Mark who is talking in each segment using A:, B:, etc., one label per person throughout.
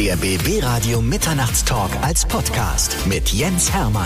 A: Der BB Radio Mitternachtstalk als Podcast mit Jens Hermann.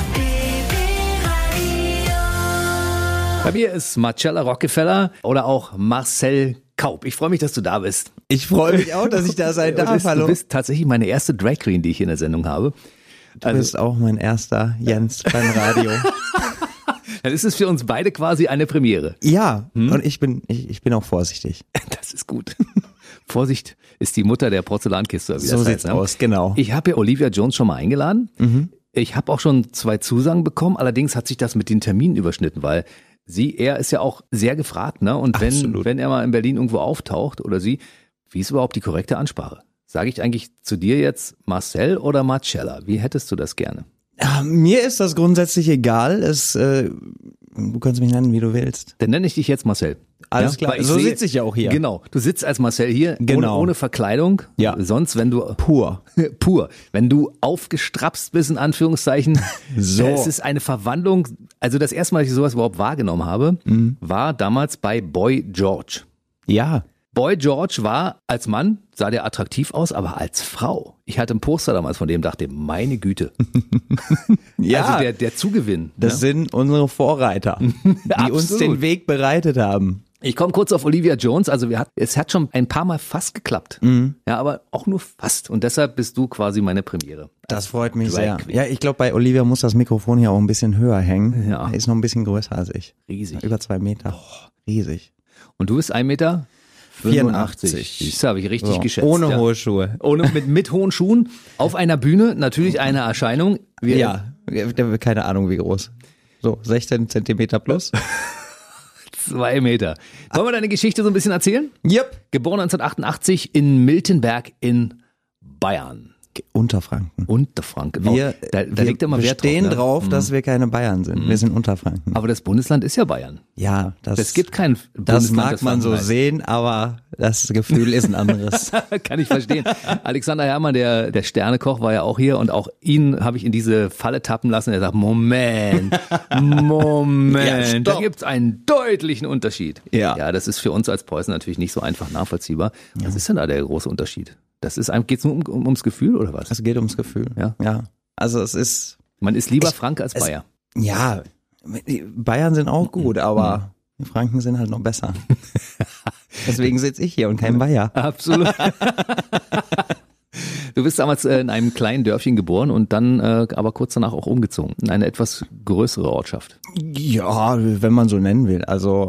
B: Bei mir ist Marcella Rockefeller oder auch Marcel Kaup. Ich freue mich, dass du da bist.
C: Ich freue mich auch, dass ich da sein darf.
B: Du bist tatsächlich meine erste Drag Queen, die ich in der Sendung habe.
C: Du bist auch mein erster Jens beim Radio.
B: Dann ist es für uns beide quasi eine Premiere.
C: Ja, und ich bin auch vorsichtig.
B: Das ist gut. Vorsicht ist die Mutter der Porzellankiste.
C: So sieht's aus, genau.
B: Ich habe ja Olivia Jones schon mal eingeladen. Ich habe auch schon 2 Zusagen bekommen. Allerdings hat sich das mit den Terminen überschnitten, weil er ist ja auch sehr gefragt, ne? Und wenn er mal in Berlin irgendwo auftaucht oder sie, wie ist überhaupt die korrekte Ansprache? Sage ich eigentlich zu dir jetzt Marcel oder Marcella? Wie hättest du das gerne?
C: Ja, mir ist das grundsätzlich egal. Du kannst mich nennen, wie du willst.
B: Dann nenne ich dich jetzt Marcel.
C: Alles klar, so sitze ich ja auch hier.
B: Genau, du sitzt als Marcel hier,
C: genau.
B: ohne Verkleidung.
C: Ja.
B: Sonst, wenn du...
C: Pur.
B: Wenn du aufgestrapst bist, in Anführungszeichen.
C: So.
B: Es ist eine Verwandlung. Also das erste Mal, dass ich sowas überhaupt wahrgenommen habe, war damals bei Boy George.
C: Ja.
B: Boy George war als Mann, sah der attraktiv aus, aber als Frau. Ich hatte ein Poster damals von dem, dachte, meine Güte.
C: Ja.
B: Also der Zugewinn.
C: Das sind unsere Vorreiter, die uns den Weg bereitet haben.
B: Ich komme kurz auf Olivia Jones. Also es hat schon ein paar Mal fast geklappt. Ja, aber auch nur fast. Und deshalb bist du quasi meine Premiere.
C: Das freut mich
B: Drag
C: sehr.
B: Queen.
C: Ja, ich glaube, bei Olivia muss das Mikrofon hier auch ein bisschen höher hängen.
B: Ja.
C: Er ist noch ein bisschen größer als ich.
B: Riesig.
C: Über 2 Meter. Riesig.
B: Und du bist 1,85 Meter?
C: 84.
B: Das habe ich richtig geschätzt.
C: Ohne
B: ja.
C: hohe Schuhe.
B: Mit hohen Schuhen. Auf einer Bühne, natürlich eine Erscheinung.
C: Keine Ahnung wie groß. So, 16 Zentimeter plus.
B: 2 Meter. Wollen wir deine Geschichte so ein bisschen erzählen?
C: Yep.
B: Geboren 1988 in Miltenberg in Bayern.
C: Unterfranken.
B: Unterfranken. Da
C: Wir
B: liegt immer Wert drauf.
C: stehen
B: Ne?
C: drauf, dass wir keine Bayern sind. Wir sind Unterfranken.
B: Aber das Bundesland ist ja Bayern.
C: Ja,
B: Es gibt kein Bundesland,
C: das mag man so
B: Franken heißt.
C: sehen, aber das Gefühl ist ein anderes.
B: Kann ich verstehen. Alexander Herrmann, der Sternekoch, war ja auch hier und auch ihn habe ich in diese Falle tappen lassen. Er sagt, Moment,
C: Ja, stopp.
B: da gibt's einen deutlichen Unterschied.
C: Ja.
B: Ja, das ist für uns als Preußen natürlich nicht so einfach nachvollziehbar. Was ist denn da der große Unterschied? Geht's nur ums Gefühl oder was?
C: Es geht ums Gefühl.
B: Ja.
C: Also es ist,
B: Man ist lieber Franke als Bayer.
C: ja, die Bayern sind auch gut, aber die Franken sind halt noch besser. Deswegen sitze ich hier und kein Bayer.
B: Absolut. Du bist damals in einem kleinen Dörfchen geboren und dann aber kurz danach auch umgezogen in eine etwas größere Ortschaft.
C: Ja, wenn man so nennen will. Also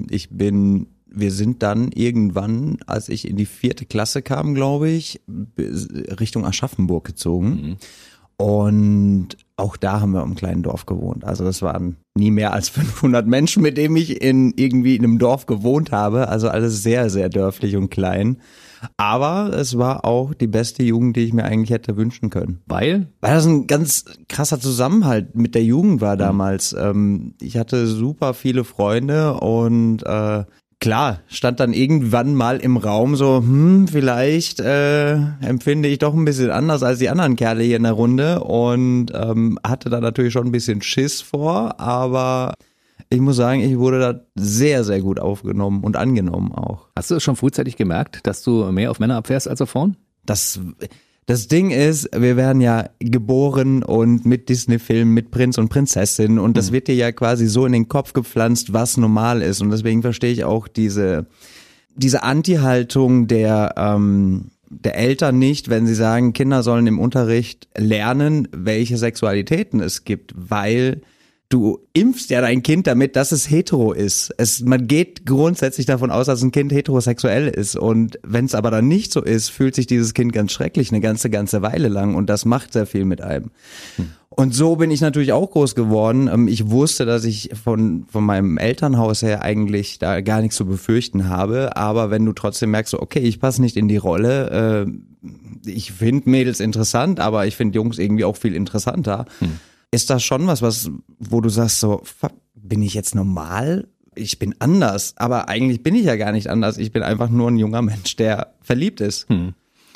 C: wir sind dann irgendwann, als ich in die 4. Klasse kam, glaube ich, Richtung Aschaffenburg gezogen. Und auch da haben wir im kleinen Dorf gewohnt. Also das waren nie mehr als 500 Menschen, mit denen ich irgendwie in einem Dorf gewohnt habe. Also alles sehr, sehr dörflich und klein. Aber es war auch die beste Jugend, die ich mir eigentlich hätte wünschen können.
B: Weil?
C: Weil das ein ganz krasser Zusammenhalt mit der Jugend war damals. Ich hatte super viele Freunde und klar, stand dann irgendwann mal im Raum so, vielleicht empfinde ich doch ein bisschen anders als die anderen Kerle hier in der Runde und hatte da natürlich schon ein bisschen Schiss vor, aber ich muss sagen, ich wurde da sehr, sehr gut aufgenommen und angenommen auch.
B: Hast du es schon frühzeitig gemerkt, dass du mehr auf Männer abfährst als auf Frauen?
C: Das Ding ist, wir werden ja geboren und mit Disney-Filmen, mit Prinz und Prinzessin und das wird dir ja quasi so in den Kopf gepflanzt, was normal ist und deswegen verstehe ich auch diese Anti-Haltung der Eltern nicht, wenn sie sagen, Kinder sollen im Unterricht lernen, welche Sexualitäten es gibt, weil du impfst ja dein Kind damit, dass es hetero ist. Man geht grundsätzlich davon aus, dass ein Kind heterosexuell ist. Und wenn es aber dann nicht so ist, fühlt sich dieses Kind ganz schrecklich eine ganze Weile lang. Und das macht sehr viel mit einem. Und so bin ich natürlich auch groß geworden. Ich wusste, dass ich von meinem Elternhaus her eigentlich da gar nichts zu befürchten habe. Aber wenn du trotzdem merkst, so, okay, ich passe nicht in die Rolle, ich finde Mädels interessant, aber ich finde Jungs irgendwie auch viel interessanter. Ist das schon was, wo du sagst so, fuck, bin ich jetzt normal? Ich bin anders, aber eigentlich bin ich ja gar nicht anders. Ich bin einfach nur ein junger Mensch, der verliebt ist.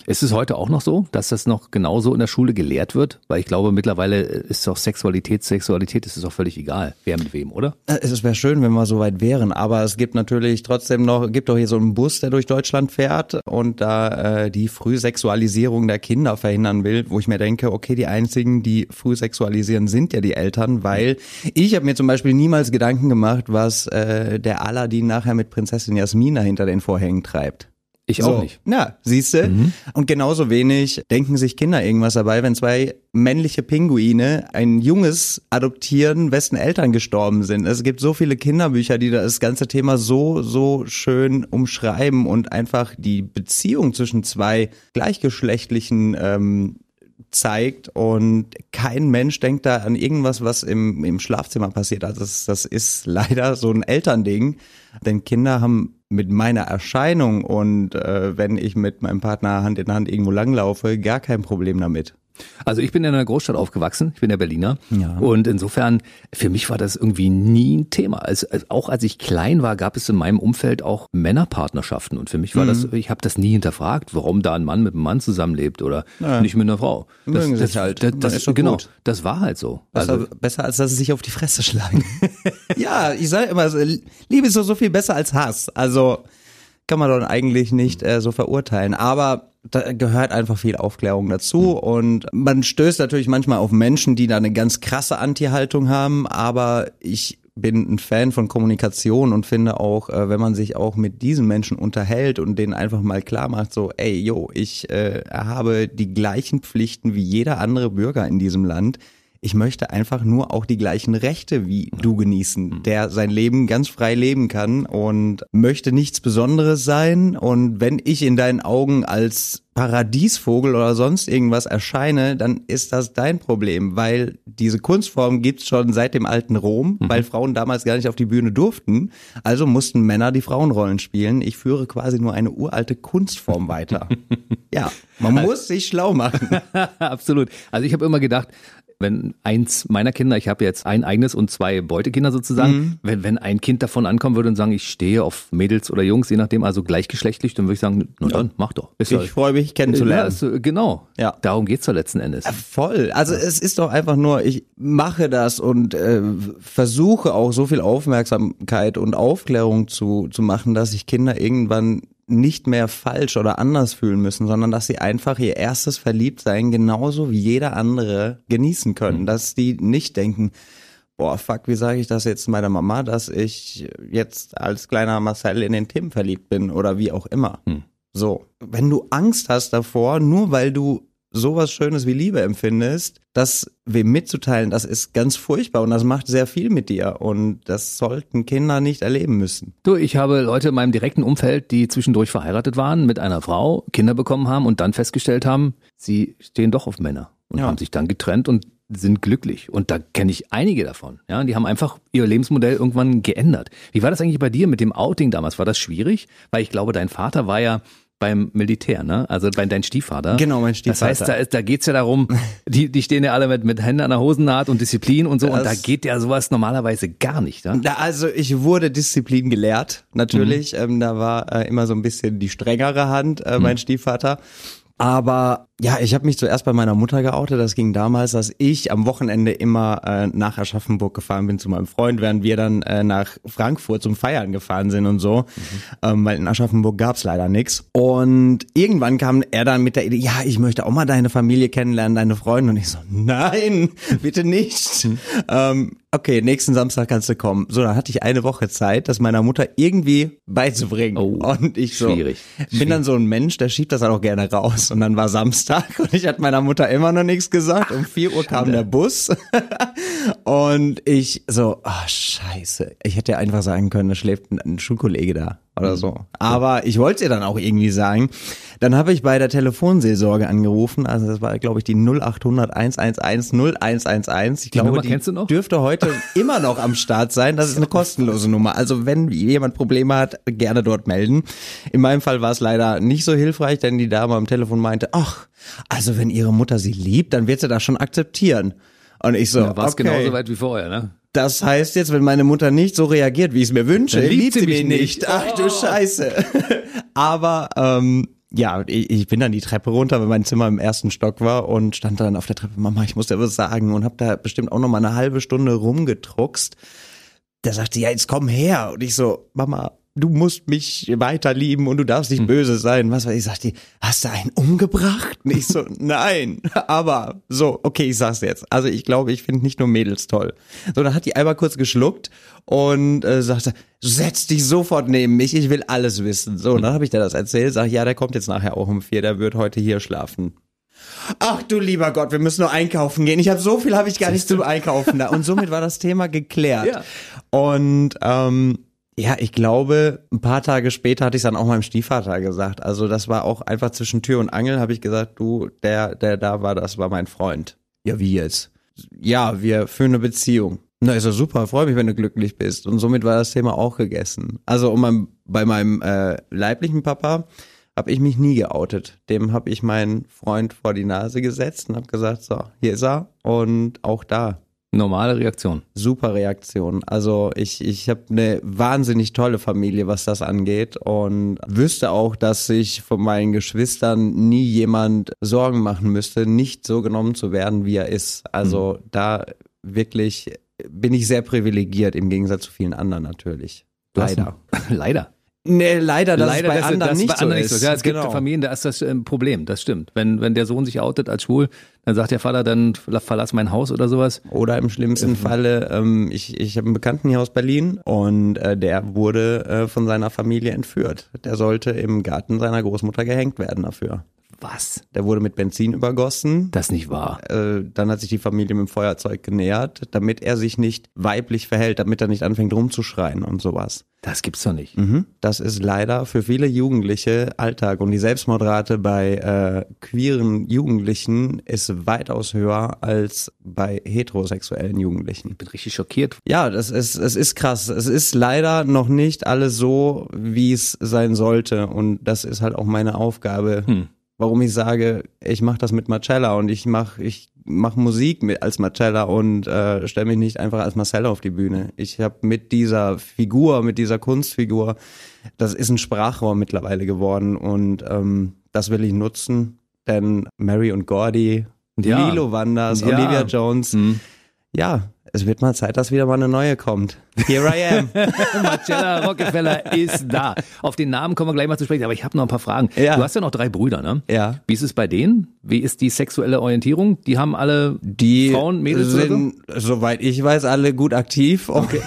B: Ist es heute auch noch so, dass das noch genauso in der Schule gelehrt wird? Weil ich glaube, mittlerweile ist doch Sexualität, ist es doch völlig egal, wer mit wem, oder?
C: Es wäre schön, wenn wir so weit wären, aber es gibt natürlich trotzdem gibt doch hier so einen Bus, der durch Deutschland fährt und da die Frühsexualisierung der Kinder verhindern will, wo ich mir denke, okay, die einzigen, die früh sexualisieren, sind ja die Eltern, weil ich habe mir zum Beispiel niemals Gedanken gemacht, was der Aladdin nachher mit Prinzessin Jasmina hinter den Vorhängen treibt.
B: Ich auch nicht.
C: Na, siehste. Und genauso wenig denken sich Kinder irgendwas dabei, wenn zwei männliche Pinguine ein Junges adoptieren, wessen Eltern gestorben sind. Es gibt so viele Kinderbücher, die das ganze Thema so schön umschreiben und einfach die Beziehung zwischen zwei gleichgeschlechtlichen zeigt und kein Mensch denkt da an irgendwas, was im Schlafzimmer passiert. Also das ist leider so ein Elternding, denn Kinder haben mit meiner Erscheinung und wenn ich mit meinem Partner Hand in Hand irgendwo langlaufe, gar kein Problem damit.
B: Also ich bin in einer Großstadt aufgewachsen, ich bin ja Berliner
C: Ja.
B: und insofern, für mich war das irgendwie nie ein Thema. Auch als ich klein war, gab es in meinem Umfeld auch Männerpartnerschaften und für mich war das, ich habe das nie hinterfragt, warum da ein Mann mit einem Mann zusammenlebt oder nicht mit einer Frau.
C: Mögen sich halt.
B: Das
C: Ist doch
B: genau,
C: gut.
B: das war halt so.
C: Besser als dass sie sich auf die Fresse schlagen. Ja, ich sage immer, Liebe ist so viel besser als Hass. Also kann man doch eigentlich nicht so verurteilen. Aber da gehört einfach viel Aufklärung dazu und man stößt natürlich manchmal auf Menschen, die da eine ganz krasse Anti-Haltung haben, aber ich bin ein Fan von Kommunikation und finde auch, wenn man sich auch mit diesen Menschen unterhält und denen einfach mal klar macht, so, ey, ich habe die gleichen Pflichten wie jeder andere Bürger in diesem Land. Ich möchte einfach nur auch die gleichen Rechte wie du genießen, der sein Leben ganz frei leben kann und möchte nichts Besonderes sein. Und wenn ich in deinen Augen als Paradiesvogel oder sonst irgendwas erscheine, dann ist das dein Problem, weil diese Kunstform gibt's schon seit dem alten Rom, weil Frauen damals gar nicht auf die Bühne durften. Also mussten Männer die Frauenrollen spielen. Ich führe quasi nur eine uralte Kunstform weiter. Ja, man muss sich schlau machen.
B: Absolut. Also ich habe immer gedacht, wenn eins meiner Kinder, ich habe jetzt ein eigenes und zwei Beutekinder sozusagen, wenn ein Kind davon ankommen würde und sagen, ich stehe auf Mädels oder Jungs, je nachdem, also gleichgeschlechtlich, dann würde ich sagen, na dann, mach doch.
C: Ich freue mich kennenzulernen.
B: Ja, genau,
C: Ja.
B: darum geht's doch letzten Endes.
C: Voll. Also es ist doch einfach nur, ich mache das und versuche auch so viel Aufmerksamkeit und Aufklärung zu machen, dass sich Kinder irgendwann nicht mehr falsch oder anders fühlen müssen, sondern dass sie einfach ihr erstes Verliebtsein genauso wie jeder andere genießen können. Dass die nicht denken, boah, fuck, wie sage ich das jetzt meiner Mama, dass ich jetzt als kleiner Marcel in den Tim verliebt bin oder wie auch immer. So, wenn du Angst hast davor, nur weil du sowas Schönes wie Liebe empfindest, das wem mitzuteilen, das ist ganz furchtbar und das macht sehr viel mit dir und das sollten Kinder nicht erleben müssen.
B: Du, ich habe Leute in meinem direkten Umfeld, die zwischendurch verheiratet waren, mit einer Frau, Kinder bekommen haben und dann festgestellt haben, sie stehen doch auf Männer und haben sich dann getrennt und sind glücklich. Und da kenne ich einige davon. Ja, die haben einfach ihr Lebensmodell irgendwann geändert. Wie war das eigentlich bei dir mit dem Outing damals? War das schwierig? Weil ich glaube, dein Vater war ja beim Militär, ne? Also dein Stiefvater.
C: Genau, mein Stiefvater.
B: Das heißt, da geht's ja darum, die stehen ja alle mit Händen an der Hosennaht und Disziplin und so und da geht ja sowas normalerweise gar nicht. Ja?
C: Also ich wurde Disziplin gelehrt, natürlich. Da war immer so ein bisschen die strengere Hand, mein Stiefvater. Aber ja, ich habe mich zuerst bei meiner Mutter geoutet. Das ging damals, dass ich am Wochenende immer nach Aschaffenburg gefahren bin zu meinem Freund, während wir dann nach Frankfurt zum Feiern gefahren sind und so. Weil in Aschaffenburg gab's leider nichts. Und irgendwann kam er dann mit der Idee, ja, ich möchte auch mal deine Familie kennenlernen, deine Freunde. Und ich so, nein, bitte nicht. Okay, nächsten Samstag kannst du kommen. So, dann hatte ich eine Woche Zeit, das meiner Mutter irgendwie beizubringen.
B: Oh,
C: und ich so,
B: schwierig.
C: bin dann so ein Mensch, der schiebt das dann auch gerne raus. Und dann war Samstag und ich hatte meiner Mutter immer noch nichts gesagt. Um 4 Uhr kam der Bus und ich so, scheiße. Ich hätte ja einfach sagen können, da schläft ein Schulkollege da oder so. Aber ich wollte es ihr dann auch irgendwie sagen. Dann habe ich bei der Telefonseelsorge angerufen. Also das war, glaube ich, die 0800 111 0111. Ich glaube, die
B: kennst du noch?
C: Dürfte heute immer noch am Start sein. Das ist eine kostenlose Nummer. Also wenn jemand Probleme hat, gerne dort melden. In meinem Fall war es leider nicht so hilfreich, denn die Dame am Telefon meinte, ach, also wenn ihre Mutter sie liebt, dann wird sie das schon akzeptieren. Und ich so,
B: Da war es
C: okay.
B: genauso weit wie vorher, ne?
C: Das heißt jetzt, wenn meine Mutter nicht so reagiert, wie ich es mir wünsche,
B: Dann
C: liebt sie mich nicht. Ach du Scheiße. Aber Ja, ich bin dann die Treppe runter, weil mein Zimmer im 1. Stock war und stand dann auf der Treppe, Mama, ich muss dir was sagen und habe da bestimmt auch noch mal eine halbe Stunde rumgedruckst. Der sagte, ja, jetzt komm her. Und ich so, Mama, du musst mich weiter lieben und du darfst nicht böse sein. Was weiß ich, sagte, hast du einen umgebracht? Und ich so, nein, aber so, okay, ich sag's jetzt. Also ich glaube, ich finde nicht nur Mädels toll. So, dann hat die einmal kurz geschluckt und sagte, setz dich sofort neben mich, ich will alles wissen. So, und dann habe ich dir das erzählt, sag, ja, der kommt jetzt nachher auch um 4, der wird heute hier schlafen. Ach du lieber Gott, wir müssen nur einkaufen gehen. So viel habe ich gar nicht zum Einkaufen da. Und somit war das Thema geklärt. Ja. Und ja, ich glaube, ein paar Tage später hatte ich es dann auch meinem Stiefvater gesagt. Also das war auch einfach zwischen Tür und Angel, habe ich gesagt, du, der da war, das war mein Freund. Ja, wie jetzt? Ja, wir führen eine Beziehung. Na, ist ja super, freue mich, wenn du glücklich bist. Und somit war das Thema auch gegessen. Also bei meinem leiblichen Papa habe ich mich nie geoutet. Dem habe ich meinen Freund vor die Nase gesetzt und habe gesagt, so, hier ist er. Und auch da.
B: Normale Reaktion.
C: Super Reaktion. Also ich habe eine wahnsinnig tolle Familie, was das angeht und wüsste auch, dass sich von meinen Geschwistern nie jemand Sorgen machen müsste, nicht so genommen zu werden, wie er ist. Also da wirklich bin ich sehr privilegiert im Gegensatz zu vielen anderen natürlich. Leider.
B: Leider.
C: Nee, leider, dass es bei anderen nicht so ist.
B: Ja, es gibt Familien, da ist das ein Problem, das stimmt. Wenn der Sohn sich outet als schwul, dann sagt der Vater, dann verlass mein Haus oder sowas.
C: Oder im schlimmsten Falle, ich habe einen Bekannten hier aus Berlin und der wurde von seiner Familie entführt. Der sollte im Garten seiner Großmutter gehängt werden dafür.
B: Was?
C: Der wurde mit Benzin übergossen.
B: Das ist nicht wahr.
C: Dann hat sich die Familie mit dem Feuerzeug genähert, damit er sich nicht weiblich verhält, damit er nicht anfängt rumzuschreien und sowas.
B: Das gibt's doch nicht.
C: Das ist leider für viele Jugendliche Alltag und die Selbstmordrate bei queeren Jugendlichen ist weitaus höher als bei heterosexuellen Jugendlichen.
B: Ich bin richtig schockiert.
C: Ja, es ist krass. Es ist leider noch nicht alles so, wie es sein sollte und das ist halt auch meine Aufgabe. Warum ich sage, ich mache das mit Marcella und ich mach Musik als Marcella und stelle mich nicht einfach als Marcella auf die Bühne. Ich habe mit dieser Figur, mit dieser Kunstfigur, das ist ein Sprachrohr mittlerweile geworden und das will ich nutzen, denn Mary und Gordy, Lilo Wanders, Olivia Jones, ja, es wird mal Zeit, dass wieder mal eine neue kommt. Here I am.
B: Marcella Rockefeller ist da. Auf den Namen kommen wir gleich mal zu sprechen, aber ich habe noch ein paar Fragen.
C: Ja.
B: Du hast ja noch 3 Brüder, ne?
C: Ja.
B: Wie ist es bei denen? Wie ist die sexuelle Orientierung? Die haben alle Frauen, Mädels
C: sind, oder so? Soweit ich weiß, alle gut aktiv. Okay.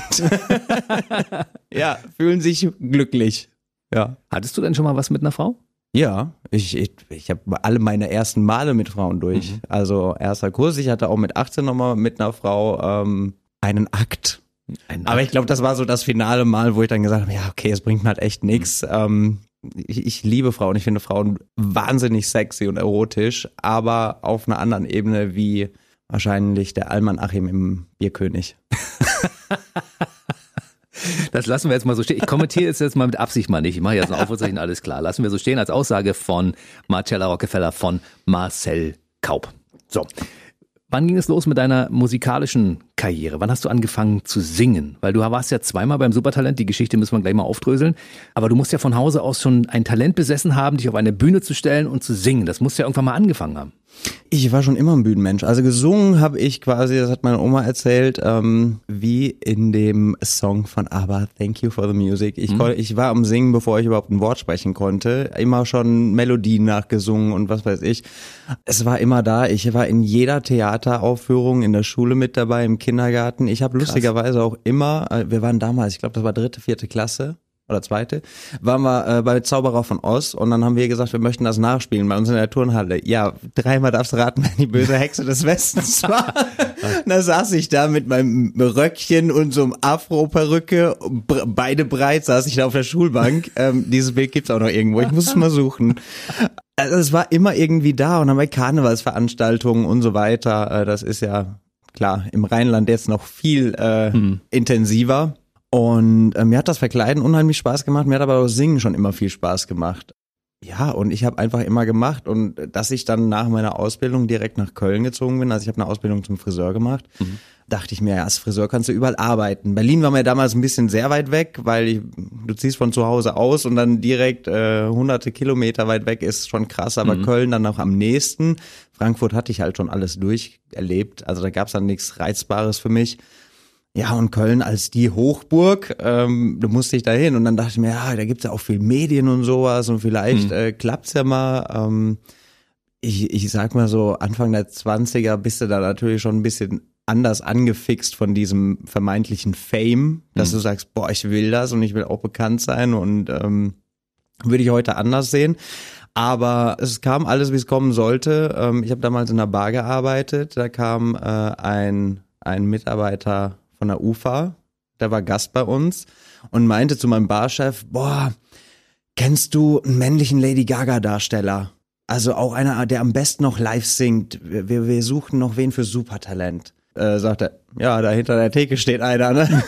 C: Ja, fühlen sich glücklich. Ja.
B: Hattest du denn schon mal was mit einer Frau?
C: Ja, ich habe alle meine ersten Male mit Frauen durch. Also erster Kurs, ich hatte auch mit 18 nochmal mit einer Frau einen Akt. Aber ich glaube, das war so das finale Mal, wo ich dann gesagt habe, ja okay, es bringt mir halt echt nichts. Ich liebe Frauen, ich finde Frauen wahnsinnig sexy und erotisch, aber auf einer anderen Ebene wie wahrscheinlich der Alman Achim im Bierkönig.
B: Das lassen wir jetzt mal so stehen. Ich kommentiere jetzt mal mit Absicht mal nicht. Ich mache jetzt ein Aufrufzeichen, alles klar. Lassen wir so stehen als Aussage von Marcella Rockefeller von Marcel Kaup. So. Wann ging es los mit deiner musikalischen Karriere? Wann hast du angefangen zu singen? Weil du warst ja zweimal beim Supertalent, die Geschichte müssen wir gleich mal aufdröseln. Aber du musst ja von Hause aus schon ein Talent besessen haben, dich auf eine Bühne zu stellen und zu singen. Das musst du ja irgendwann mal angefangen haben.
C: Ich war schon immer ein Bühnenmensch. Also gesungen habe ich quasi, das hat meine Oma erzählt, wie in dem Song von ABBA, Thank You for the Music. Ich war am Singen, bevor ich überhaupt ein Wort sprechen konnte. Immer schon Melodien nachgesungen und was weiß ich. Es war immer da. Ich war in jeder Theateraufführung in der Schule mit dabei, im Kindergarten. Ich habe lustigerweise auch immer, wir waren damals, ich glaube das war 3., 4. Klasse. Oder 2. waren wir bei Zauberer von Oz und dann haben wir gesagt, wir möchten das nachspielen bei uns in der Turnhalle. Ja, 3-mal darfst du raten, wer die böse Hexe des Westens war. Da saß ich da mit meinem Röckchen und so einem Afro-Perücke, beide breit, saß ich da auf der Schulbank. Dieses Bild gibt's auch noch irgendwo, ich muss es mal suchen. Also es war immer irgendwie da und dann bei Karnevalsveranstaltungen und so weiter. Das ist ja, klar, im Rheinland jetzt noch viel intensiver. Und mir hat das Verkleiden unheimlich Spaß gemacht, mir hat aber auch Singen schon immer viel Spaß gemacht. Ja, und ich habe einfach immer gemacht und dass ich dann nach meiner Ausbildung direkt nach Köln gezogen bin, also ich habe eine Ausbildung zum Friseur gemacht, dachte ich mir, ja, als Friseur kannst du überall arbeiten. Berlin war mir damals ein bisschen sehr weit weg, weil du ziehst von zu Hause aus und dann direkt hunderte Kilometer weit weg ist schon krass, aber Köln dann auch am nächsten. Frankfurt hatte ich halt schon alles durcherlebt, also da gab's dann nichts Reizbares für mich. Ja, und Köln als die Hochburg, du musst dich da hin. Und dann dachte ich mir, ja, da gibt's ja auch viel Medien und sowas und vielleicht klappt's ja mal. Ich sag mal so, Anfang der 20er bist du da natürlich schon ein bisschen anders angefixt von diesem vermeintlichen Fame, dass du sagst, boah, ich will das und ich will auch bekannt sein und würde ich heute anders sehen. Aber es kam alles, wie es kommen sollte. Ich habe damals in einer Bar gearbeitet, da kam ein Mitarbeiter von der UFA, der war Gast bei uns und meinte zu meinem Barchef, boah, kennst du einen männlichen Lady Gaga Darsteller? Also auch einer, der am besten noch live singt. Wir suchen noch wen für Supertalent. Sagt er, ja, da hinter der Theke steht einer, ne?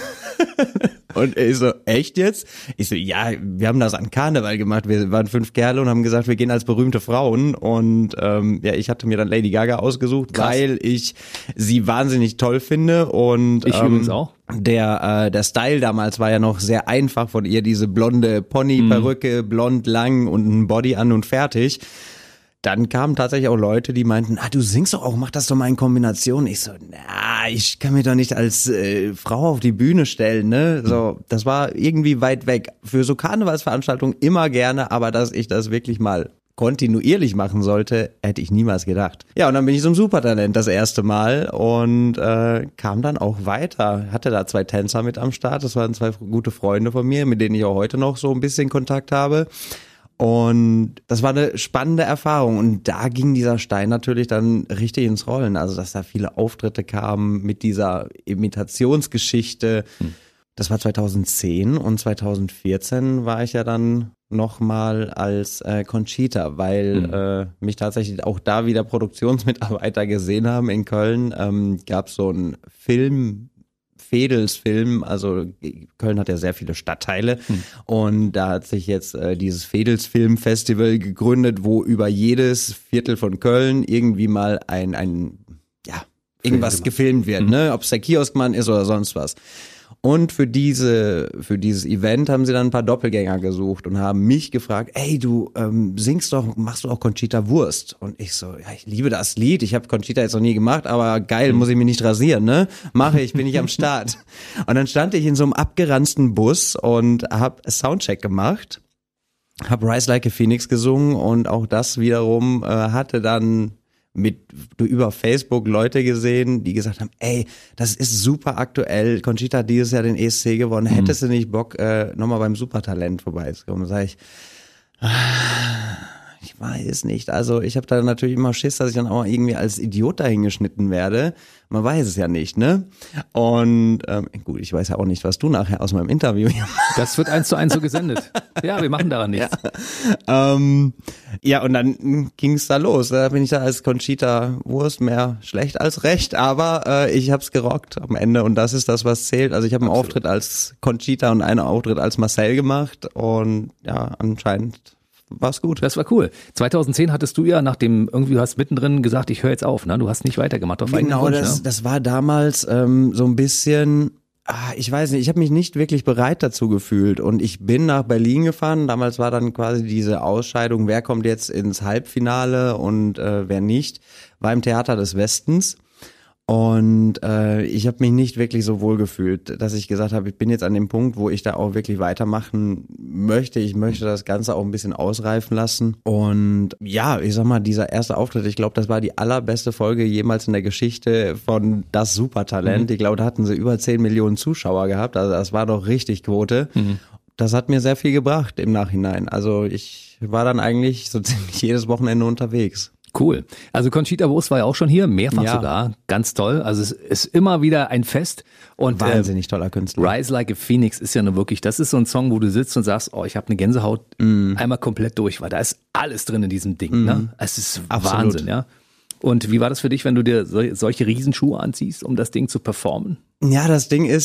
C: Und ich so, echt jetzt? Ich so, ja, wir haben das an Karneval gemacht. Wir waren 5 Kerle und haben gesagt, wir gehen als berühmte Frauen. Und ja, ich hatte mir dann Lady Gaga ausgesucht, krass, weil ich sie wahnsinnig toll finde. Und
B: ich übrigens auch.
C: Der Style damals war ja noch sehr einfach von ihr, diese blonde Pony-Perücke, blond lang und ein Body an und fertig. Dann kamen tatsächlich auch Leute, die meinten, du singst doch auch, mach das doch mal in Kombination. Ich so, ich kann mich doch nicht als Frau auf die Bühne stellen, ne? So, das war irgendwie weit weg. Für so Karnevalsveranstaltungen immer gerne, aber dass ich das wirklich mal kontinuierlich machen sollte, hätte ich niemals gedacht. Ja, und dann bin ich zum Supertalent das erste Mal und kam dann auch weiter. Hatte da 2 Tänzer mit am Start, das waren 2 gute Freunde von mir, mit denen ich auch heute noch so ein bisschen Kontakt habe. Und das war eine spannende Erfahrung und da ging dieser Stein natürlich dann richtig ins Rollen, also dass da viele Auftritte kamen mit dieser Imitationsgeschichte. Das war 2010 und 2014 war ich ja dann nochmal als Conchita, weil mich tatsächlich auch da wieder Produktionsmitarbeiter gesehen haben in Köln. Gab so einen Veedelsfilm, also Köln hat ja sehr viele Stadtteile und da hat sich jetzt dieses Veedelsfilm-Festival gegründet, wo über jedes Viertel von Köln irgendwie mal irgendwas gefilmt wird, ne? Ob es der Kioskmann ist oder sonst was. Und für dieses Event haben sie dann ein paar Doppelgänger gesucht und haben mich gefragt, ey, du singst doch, machst du auch Conchita Wurst? Und ich so, ja, ich liebe das Lied, ich habe Conchita jetzt noch nie gemacht, aber geil, muss ich mich nicht rasieren, ne? Mache ich, bin ich am Start. Und dann stand ich in so einem abgeranzten Bus und habe Soundcheck gemacht, habe Rise Like a Phoenix gesungen und auch das wiederum hatte dann über Facebook Leute gesehen, die gesagt haben, ey, das ist super aktuell, Conchita hat dieses Jahr den ESC gewonnen, hättest du nicht Bock, nochmal beim Supertalent vorbeizukommen? Da sag ich weiß nicht, also ich habe da natürlich immer Schiss, dass ich dann auch irgendwie als Idiot dahingeschnitten werde, man weiß es ja nicht, ne? Und gut, ich weiß ja auch nicht, was du nachher aus meinem Interview hier machst.
B: Das wird 1:1 so gesendet. Ja, wir machen daran nichts.
C: Ja, und dann ging's da los. Da bin ich da als Conchita Wurst, mehr schlecht als recht, aber ich hab's gerockt am Ende und das ist das, was zählt. Also ich habe einen Auftritt als Conchita und einen Auftritt als Marcel gemacht und ja, anscheinend war's gut.
B: Das war cool. 2010 hattest du ja du hast mittendrin gesagt, ich höre jetzt auf, ne? Du hast nicht weitergemacht auf eigenen Wunsch, ne?
C: Das war damals so ein bisschen, ich weiß nicht, ich habe mich nicht wirklich bereit dazu gefühlt und ich bin nach Berlin gefahren. Damals war dann quasi diese Ausscheidung, wer kommt jetzt ins Halbfinale und wer nicht, war im Theater des Westens. Und ich habe mich nicht wirklich so wohl gefühlt, dass ich gesagt habe, ich bin jetzt an dem Punkt, wo ich da auch wirklich weitermachen möchte. Ich möchte das Ganze auch ein bisschen ausreifen lassen. Und ja, ich sag mal, dieser erste Auftritt, ich glaube, das war die allerbeste Folge jemals in der Geschichte von Das Supertalent. Ich glaube, da hatten sie über 10 Millionen Zuschauer gehabt. Also das war doch richtig Quote. Das hat mir sehr viel gebracht im Nachhinein. Also ich war dann eigentlich so ziemlich jedes Wochenende unterwegs.
B: Cool. Also Conchita Wurst war ja auch schon hier, mehrfach sogar. Ganz toll. Also es ist immer wieder ein Fest. Und
C: wahnsinnig toller Künstler.
B: Rise Like a Phoenix ist ja nur wirklich, das ist so ein Song, wo du sitzt und sagst, ich habe eine Gänsehaut einmal komplett durch, weil da ist alles drin in diesem Ding. Ne? Es ist
C: Absolut.
B: Wahnsinn, ja. Und wie war das für dich, wenn du dir solche Riesenschuhe anziehst, um das Ding zu performen?
C: Ja, das Ding ist,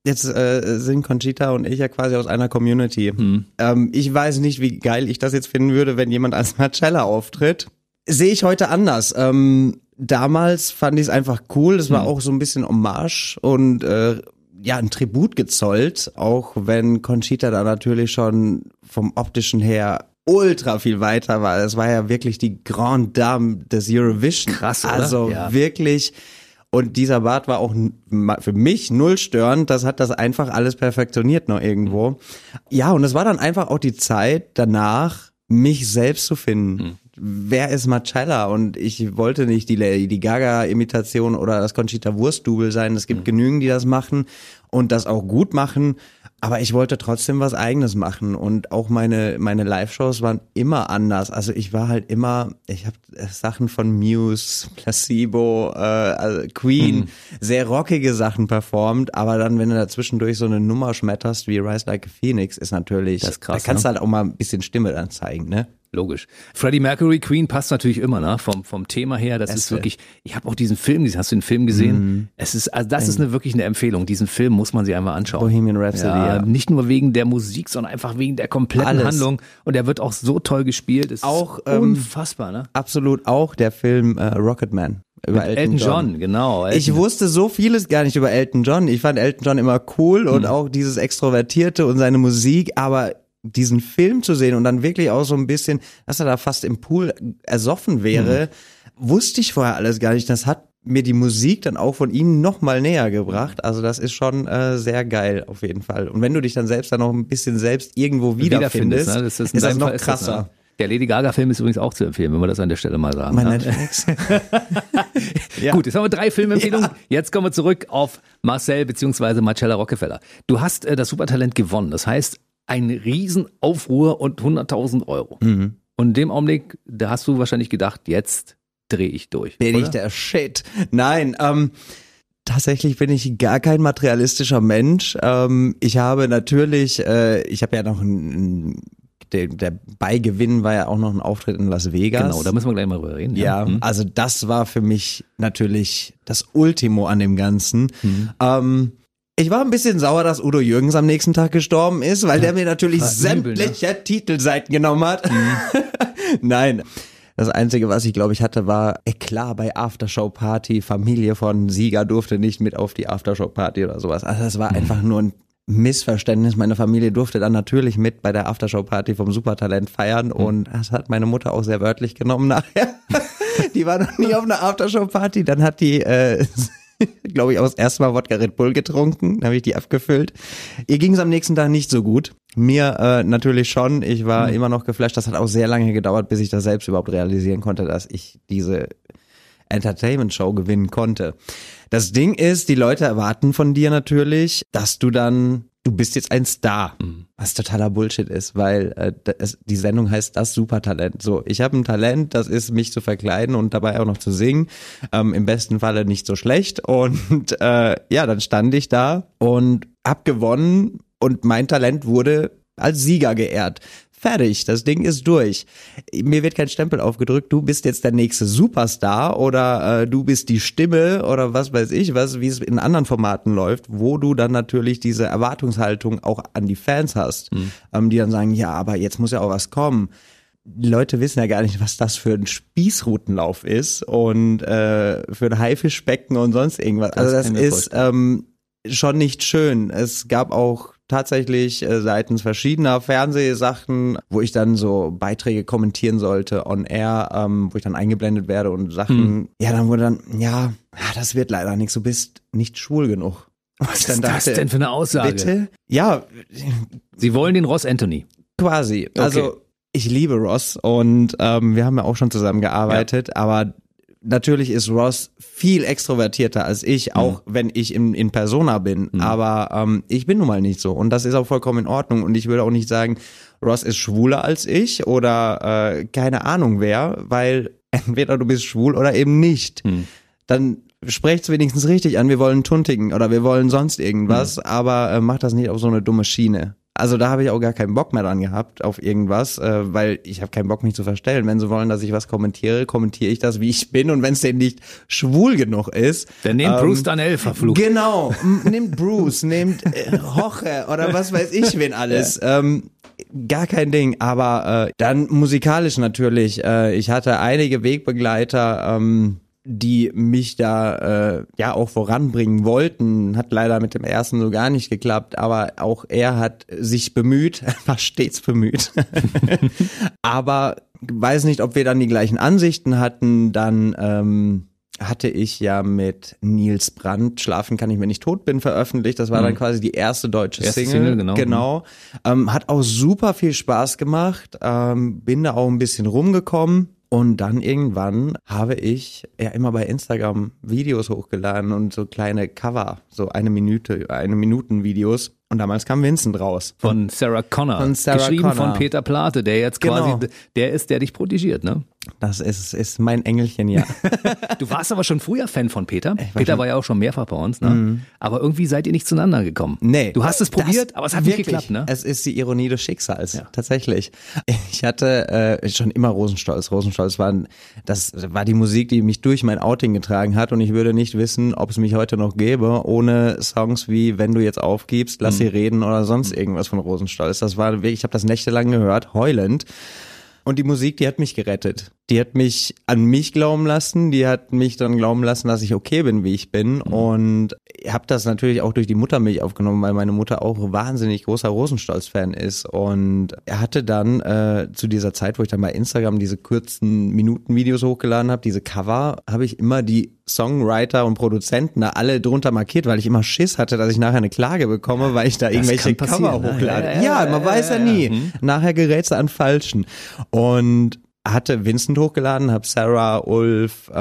C: Jetzt sind Conchita und ich ja quasi aus einer Community. Ich weiß nicht, wie geil ich das jetzt finden würde, wenn jemand als Marcella auftritt. Sehe ich heute anders. Damals fand ich es einfach cool. Das war auch so ein bisschen Hommage und ein Tribut gezollt. Auch wenn Conchita da natürlich schon vom Optischen her ultra viel weiter war. Es war ja wirklich die Grande Dame des Eurovision.
B: Krass, oder?
C: Also wirklich. Und dieser Bart war auch für mich null störend. Das hat das einfach alles perfektioniert noch irgendwo. Ja, und es war dann einfach auch die Zeit danach, mich selbst zu finden. Wer ist Marcella? Und ich wollte nicht die Lady Gaga-Imitation oder das Conchita Wurst-Double sein. Es gibt genügend, die das machen und das auch gut machen. Aber ich wollte trotzdem was Eigenes machen und auch meine Live-Shows waren immer anders. Also ich war halt immer, ich habe Sachen von Muse, Placebo, also Queen, sehr rockige Sachen performt. Aber dann, wenn du da zwischendurch so eine Nummer schmetterst wie Rise Like a Phoenix, ist natürlich,
B: das ist krass,
C: da kannst du halt auch mal ein bisschen Stimme dann zeigen, ne?
B: Logisch. Freddie Mercury, Queen passt natürlich immer, ne? Vom Thema her. Das ist wirklich, ich habe auch diesen Film, hast du den Film gesehen? Es ist, also das ist wirklich eine Empfehlung. Diesen Film muss man sich einmal anschauen.
C: Bohemian Rhapsody, ja.
B: Nicht nur wegen der Musik, sondern einfach wegen der kompletten Handlung. Und der wird auch so toll gespielt. Es
C: auch,
B: ist unfassbar, ne?
C: Absolut auch der Film Rocketman. Über
B: Elton John, genau.
C: Ich wusste so vieles gar nicht über Elton John. Ich fand Elton John immer cool und auch dieses Extrovertierte und seine Musik, aber diesen Film zu sehen und dann wirklich auch so ein bisschen, dass er da fast im Pool ersoffen wäre, wusste ich vorher alles gar nicht. Das hat mir die Musik dann auch von ihm noch mal näher gebracht. Also das ist schon sehr geil auf jeden Fall. Und wenn du dich dann selbst noch ein bisschen selbst irgendwo wiederfindest,
B: ne? Das ist
C: das noch
B: Fall
C: krasser.
B: Das, ne? Der Lady Gaga-Film ist übrigens auch zu empfehlen, wenn wir das an der Stelle mal sagen.
C: Mein
B: ne?
C: Netflix.
B: Ja. Gut, jetzt haben wir 3 Filmempfehlungen. Ja. Jetzt kommen wir zurück auf Marcel bzw. Marcella Rockefeller. Du hast das Supertalent gewonnen. Das heißt, ein Riesenaufruhr und 100.000 Euro. Und in dem Augenblick, da hast du wahrscheinlich gedacht, jetzt drehe ich durch.
C: Bin ich der Shit? Nein, tatsächlich bin ich gar kein materialistischer Mensch. Ich habe natürlich, ich habe ja noch der Beigewinn war ja auch noch ein Auftritt in Las Vegas.
B: Genau, da müssen wir gleich mal drüber reden.
C: Ja, also das war für mich natürlich das Ultimo an dem Ganzen. Ich war ein bisschen sauer, dass Udo Jürgens am nächsten Tag gestorben ist, weil der mir natürlich sämtliche Titelseiten genommen hat. Nein. Das Einzige, was ich glaube ich hatte, war Eklat bei Aftershow-Party. Familie von Sieger durfte nicht mit auf die Aftershow-Party oder sowas. Also das war einfach nur ein Missverständnis. Meine Familie durfte dann natürlich mit bei der Aftershow-Party vom Supertalent feiern und das hat meine Mutter auch sehr wörtlich genommen nachher. Die war noch nie auf einer Aftershow-Party. Dann hat die glaube ich, auch das erste Mal Wodka Red Bull getrunken, dann habe ich die abgefüllt. Ihr ging es am nächsten Tag nicht so gut. Mir natürlich schon. Ich war immer noch geflasht. Das hat auch sehr lange gedauert, bis ich das selbst überhaupt realisieren konnte, dass ich diese Entertainment-Show gewinnen konnte. Das Ding ist, die Leute erwarten von dir natürlich, dass du bist jetzt ein Star, was totaler Bullshit ist, weil die Sendung heißt das Supertalent. So, ich habe ein Talent, das ist mich zu verkleiden und dabei auch noch zu singen, im besten Falle nicht so schlecht und dann stand ich da und hab gewonnen und mein Talent wurde als Sieger geehrt. Fertig, das Ding ist durch. Mir wird kein Stempel aufgedrückt, du bist jetzt der nächste Superstar oder du bist die Stimme oder was weiß ich, wie es in anderen Formaten läuft, wo du dann natürlich diese Erwartungshaltung auch an die Fans hast, die dann sagen, ja, aber jetzt muss ja auch was kommen. Die Leute wissen ja gar nicht, was das für ein Spießrutenlauf ist und für ein Haifischbecken und sonst irgendwas. Also das ist schon nicht schön. Es gab auch tatsächlich seitens verschiedener Fernsehsachen, wo ich dann so Beiträge kommentieren sollte on air, wo ich dann eingeblendet werde und Sachen, dann wurde dann, das wird leider nichts, du bist nicht schwul genug.
B: Was ist das denn für eine Aussage?
C: Bitte? Ja.
B: Sie wollen den Ross Anthony.
C: Quasi. Okay. Also ich liebe Ross und wir haben ja auch schon zusammen gearbeitet, aber natürlich ist Ross viel extrovertierter als ich, auch wenn ich in Persona bin. Aber ich bin nun mal nicht so. Und das ist auch vollkommen in Ordnung. Und ich würde auch nicht sagen, Ross ist schwuler als ich oder keine Ahnung wer, weil entweder du bist schwul oder eben nicht. Dann sprecht's wenigstens richtig an, wir wollen tuntigen oder wir wollen sonst irgendwas, aber mach das nicht auf so eine dumme Schiene. Also da habe ich auch gar keinen Bock mehr dran gehabt auf irgendwas, weil ich habe keinen Bock, mich zu verstellen. Wenn sie wollen, dass ich was kommentiere ich das, wie ich bin. Und wenn es denen nicht schwul genug ist.
B: Dann nehmt Bruce Danell verflucht.
C: Genau, nehmt Bruce, nehmt Jorge oder was weiß ich wen alles. Ja. Gar kein Ding, aber dann musikalisch natürlich. Ich hatte einige Wegbegleiter, die mich da ja auch voranbringen wollten. Hat leider mit dem ersten so gar nicht geklappt, aber auch er hat sich bemüht, war stets bemüht. Aber weiß nicht, ob wir dann die gleichen Ansichten hatten. Dann hatte ich ja mit Nils Brandt Schlafen kann ich, wenn ich tot bin veröffentlicht. Das war dann quasi die erste deutsche Single. Genau. Hat auch super viel Spaß gemacht. Bin da auch ein bisschen rumgekommen. Und dann irgendwann habe ich ja immer bei Instagram Videos hochgeladen und so kleine Cover, so 1 Minuten Videos. Und damals kam Vincent raus.
B: Von Sarah Connor. Geschrieben von Peter Plate, der jetzt quasi der ist, der dich protegiert, ne?
C: Das ist mein Engelchen, ja.
B: Du warst aber schon früher Fan von Peter. Peter war ja auch schon mehrfach bei uns, ne? Mhm. Aber irgendwie seid ihr nicht zueinander gekommen.
C: Nee.
B: Du hast es probiert, aber es hat wirklich nicht geklappt, ne?
C: Es ist die Ironie des Schicksals, tatsächlich. Ich hatte schon immer Rosenstolz. Rosenstolz das war die Musik, die mich durch mein Outing getragen hat und ich würde nicht wissen, ob es mich heute noch gäbe, ohne Songs wie Wenn du jetzt aufgibst, Lass sie reden oder sonst irgendwas von Rosenstolz. Das war wirklich, ich habe das nächtelang gehört, heulend. Und die Musik, die hat mich gerettet. Die hat mich an mich glauben lassen, die hat mich dann glauben lassen, dass ich okay bin, wie ich bin. Und ich habe das natürlich auch durch die Muttermilch aufgenommen, weil meine Mutter auch wahnsinnig großer Rosenstolz-Fan ist. Und er hatte dann zu dieser Zeit, wo ich dann bei Instagram diese kurzen Minuten-Videos hochgeladen habe, diese Cover, habe ich immer die Songwriter und Produzenten da alle drunter markiert, weil ich immer Schiss hatte, dass ich nachher eine Klage bekomme, weil ich da irgendwelche Cover hochlade. Ja, man weiß ja nie. Nachher gerätst du an Falschen. Und hatte Vincent hochgeladen, hab Sarah, Ulf,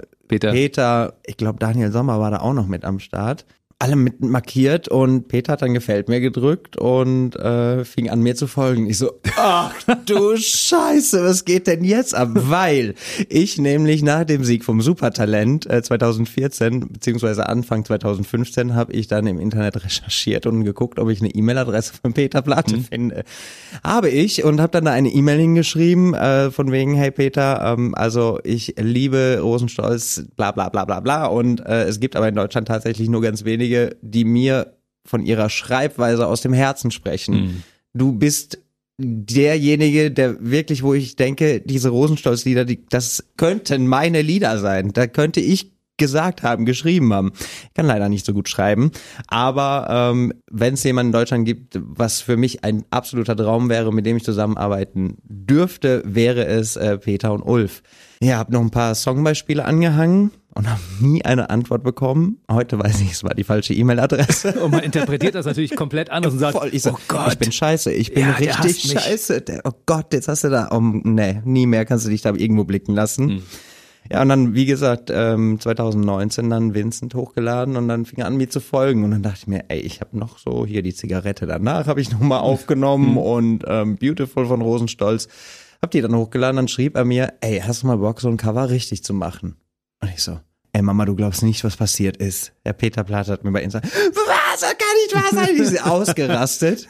C: Peter, ich glaube Daniel Sommer war da auch noch mit am Start. Alle mit markiert und Peter hat dann Gefällt mir gedrückt und fing an mir zu folgen. Ich so, ach du Scheiße, was geht denn jetzt ab? Weil ich nämlich nach dem Sieg vom Supertalent 2014 beziehungsweise Anfang 2015 habe ich dann im Internet recherchiert und geguckt, ob ich eine E-Mail-Adresse von Peter Plate finde. Habe ich und habe dann da eine E-Mail hingeschrieben von wegen, hey Peter, also ich liebe Rosenstolz, bla bla bla bla bla und es gibt aber in Deutschland tatsächlich nur ganz wenige, die mir von ihrer Schreibweise aus dem Herzen sprechen. Du bist derjenige, der wirklich, wo ich denke, diese Rosenstolz-Lieder, das könnten meine Lieder sein. Da könnte ich gesagt haben, geschrieben haben. Ich kann leider nicht so gut schreiben, aber wenn es jemanden in Deutschland gibt, was für mich ein absoluter Traum wäre, mit dem ich zusammenarbeiten dürfte, wäre es Peter und Ulf. Ja, habe noch ein paar Songbeispiele angehangen und habe nie eine Antwort bekommen. Heute weiß ich, es war die falsche E-Mail-Adresse.
B: Und man interpretiert das natürlich komplett anders und sagt,
C: oh Gott, ich bin scheiße, ich bin richtig scheiße. Oh Gott, jetzt hast du da, nee, nie mehr kannst du dich da irgendwo blicken lassen. Ja, und dann, wie gesagt, 2019 dann Vincent hochgeladen und dann fing er an, mir zu folgen. Und dann dachte ich mir, ey, ich habe noch so hier die Zigarette danach, habe ich nochmal aufgenommen und Beautiful von Rosenstolz. Hab die dann hochgeladen, dann schrieb er mir, ey, hast du mal Bock, so ein Cover richtig zu machen? Und ich so, ey Mama, du glaubst nicht, was passiert ist. Der Peter Plate hat mir bei Instagram, was, das kann nicht wahr sein, die ist ausgerastet.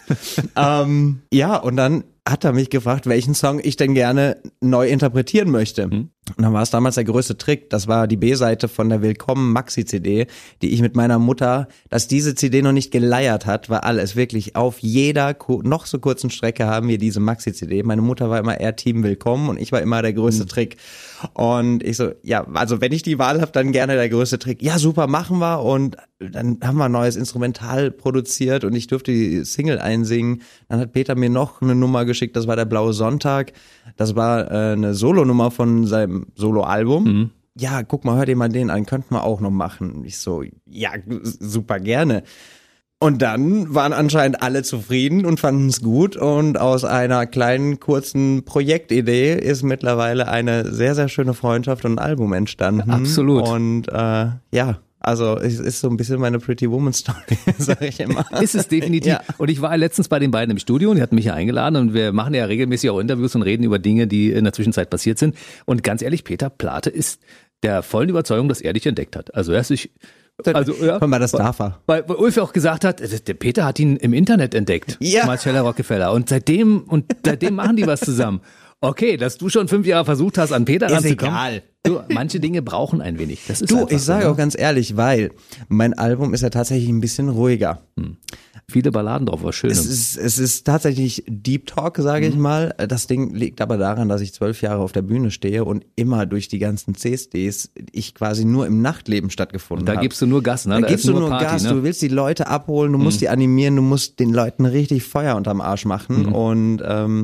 C: Ja, und dann hat er mich gefragt, welchen Song ich denn gerne neu interpretieren möchte. Und dann war es damals der größte Trick. Das war die B-Seite von der Willkommen Maxi-CD, die ich mit meiner Mutter, dass diese CD noch nicht geleiert hat, war alles wirklich auf jeder noch so kurzen Strecke haben wir diese Maxi-CD. Meine Mutter war immer eher Team Willkommen und ich war immer der größte Trick. Und ich so, ja, also wenn ich die Wahl habe, dann gerne der größte Trick. Ja, super, machen wir. Und dann haben wir ein neues Instrumental produziert und ich durfte die Single einsingen. Dann hat Peter mir noch eine Nummer geschickt, das war der Blaue Sonntag. Das war eine Solonummer von seinem Soloalbum. Ja, guck mal, hör dir mal den an, könnten wir auch noch machen. Ich so, ja, super gerne. Und dann waren anscheinend alle zufrieden und fanden es gut und aus einer kleinen, kurzen Projektidee ist mittlerweile eine sehr, sehr schöne Freundschaft und ein Album entstanden.
B: Absolut.
C: Und ja, also es ist so ein bisschen meine Pretty Woman Story, sage ich immer.
B: Ist es definitiv. Ja. Und ich war letztens bei den beiden im Studio und die hatten mich ja eingeladen und wir machen ja regelmäßig auch Interviews und reden über Dinge, die in der Zwischenzeit passiert sind. Und ganz ehrlich, Peter Plate ist der vollen Überzeugung, dass er dich entdeckt hat. Also er ist sich Also, ja,
C: Guck mal, das darf er.
B: Weil Ulf auch gesagt hat, der Peter hat ihn im Internet entdeckt.
C: Ja.
B: Marcella Rockefeller. Und seitdem machen die was zusammen. Okay, dass du schon 5 Jahre versucht hast, an Peter ranzukommen.
C: Egal.
B: Du, manche Dinge brauchen ein wenig. Das ist
C: Du,
B: einfach
C: ich sage
B: so,
C: auch ganz ehrlich, weil mein Album ist ja tatsächlich ein bisschen ruhiger.
B: Viele Balladen drauf, was Schönes.
C: Es ist tatsächlich Deep Talk, sage ich mal. Das Ding liegt aber daran, dass ich 12 Jahre auf der Bühne stehe und immer durch die ganzen CSDs ich quasi nur im Nachtleben stattgefunden habe.
B: Da gibst du nur Gas, ne?
C: Da gibst
B: ist
C: du nur
B: Party,
C: Gas,
B: ne?
C: du willst die Leute abholen, du musst die animieren, du musst den Leuten richtig Feuer unterm Arsch machen und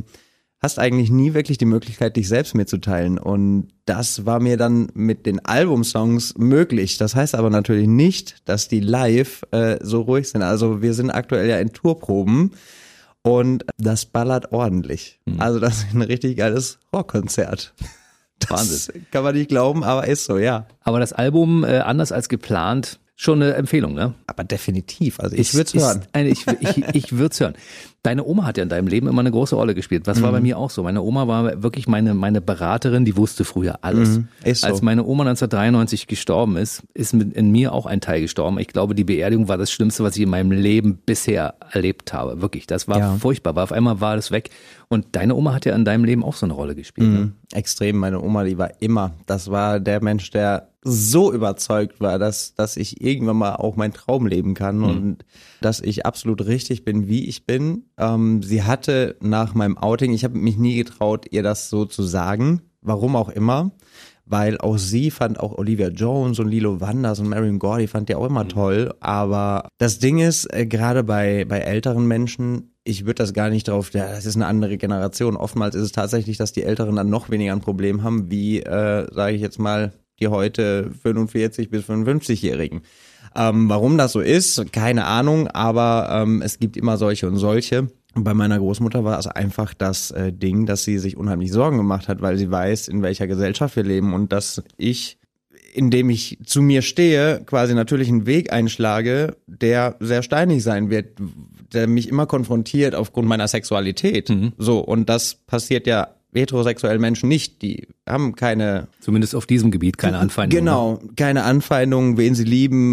C: hast eigentlich nie wirklich die Möglichkeit, dich selbst mitzuteilen. Und das war mir dann mit den Albumsongs möglich. Das heißt aber natürlich nicht, dass die live so ruhig sind. Also wir sind aktuell ja in Tourproben und das ballert ordentlich. Also das ist ein richtig geiles Rockkonzert.
B: Wahnsinn.
C: Kann man nicht glauben, aber ist so, ja.
B: Aber das Album, anders als geplant, schon eine Empfehlung, ne?
C: Aber definitiv, also ich würde es hören.
B: Ich würde es hören. Deine Oma hat ja in deinem Leben immer eine große Rolle gespielt. Das war bei mir auch so. Meine Oma war wirklich meine Beraterin, die wusste früher alles.
C: Ist so.
B: Als meine Oma 1993 gestorben ist in mir auch ein Teil gestorben. Ich glaube, die Beerdigung war das Schlimmste, was ich in meinem Leben bisher erlebt habe. Wirklich, das war furchtbar. Auf einmal war das weg. Und deine Oma hat ja in deinem Leben auch so eine Rolle gespielt. Ne?
C: Extrem, meine Oma, die war immer, das war der Mensch, der so überzeugt war, dass ich irgendwann mal auch meinen Traum leben kann und dass ich absolut richtig bin, wie ich bin. Sie hatte nach meinem Outing, ich habe mich nie getraut, ihr das so zu sagen, warum auch immer, weil auch sie fand auch Olivia Jones und Lilo Wanders und Marion Gordy fand die auch immer toll, aber das Ding ist, gerade bei älteren Menschen, ich würde das gar nicht drauf, ja, das ist eine andere Generation. Oftmals ist es tatsächlich, dass die Älteren dann noch weniger ein Problem haben, wie, sage ich jetzt mal, die heute 45 bis 55-Jährigen. Warum das so ist, keine Ahnung, aber es gibt immer solche und solche. Und bei meiner Großmutter war es einfach das Ding, dass sie sich unheimlich Sorgen gemacht hat, weil sie weiß, in welcher Gesellschaft wir leben und dass ich, indem ich zu mir stehe, quasi natürlich einen Weg einschlage, der sehr steinig sein wird, der mich immer konfrontiert aufgrund meiner Sexualität. So, und das passiert ja heterosexuellen Menschen nicht, die haben keine...
B: Zumindest auf diesem Gebiet keine Anfeindungen.
C: Genau, keine Anfeindungen, wen sie lieben,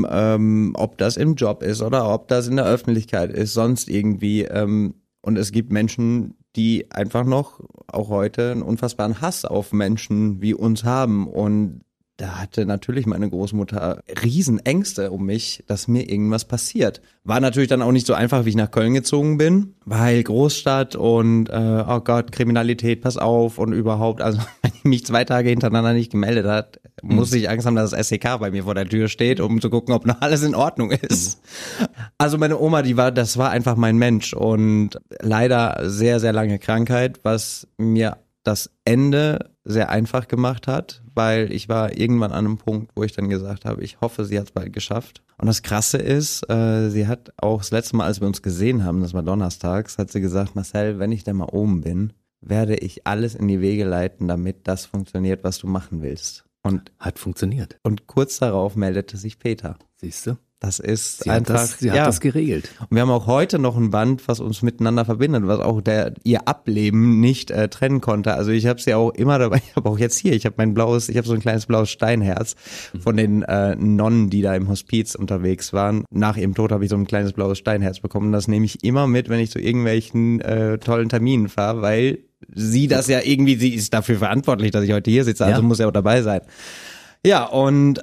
C: ob das im Job ist oder ob das in der Öffentlichkeit ist, sonst irgendwie. Und es gibt Menschen, die einfach noch, auch heute, einen unfassbaren Hass auf Menschen wie uns haben. Und da hatte natürlich meine Großmutter Riesenängste um mich, dass mir irgendwas passiert. War natürlich dann auch nicht so einfach, wie ich nach Köln gezogen bin, weil Großstadt und oh Gott, Kriminalität, pass auf und überhaupt. Also wenn ich mich 2 Tage hintereinander nicht gemeldet hat, musste ich Angst haben, dass das SEK bei mir vor der Tür steht, um zu gucken, ob noch alles in Ordnung ist. Also meine Oma, das war einfach mein Mensch und leider sehr, sehr lange Krankheit, was mir das Ende sehr einfach gemacht hat, weil ich war irgendwann an einem Punkt, wo ich dann gesagt habe, ich hoffe, sie hat es bald geschafft. Und das Krasse ist, sie hat auch das letzte Mal, als wir uns gesehen haben, das war donnerstags, hat sie gesagt, Marcel, wenn ich dann mal oben bin, werde ich alles in die Wege leiten, damit das funktioniert, was du machen willst. Und
B: hat funktioniert.
C: Und kurz darauf meldete sich Peter.
B: Siehst du?
C: Das ist
B: sie
C: einfach.
B: Sie hat das geregelt.
C: Und wir haben auch heute noch ein Band, was uns miteinander verbindet, was auch ihr Ableben nicht trennen konnte. Also ich habe sie auch immer dabei. Ich habe auch jetzt hier. Ich habe so ein kleines blaues Steinherz von den Nonnen, die da im Hospiz unterwegs waren. Nach ihrem Tod habe ich so ein kleines blaues Steinherz bekommen. Das nehme ich immer mit, wenn ich zu irgendwelchen tollen Terminen fahre, weil sie das ja irgendwie, sie ist dafür verantwortlich, dass ich heute hier sitze. Also muss er auch dabei sein. Ja, und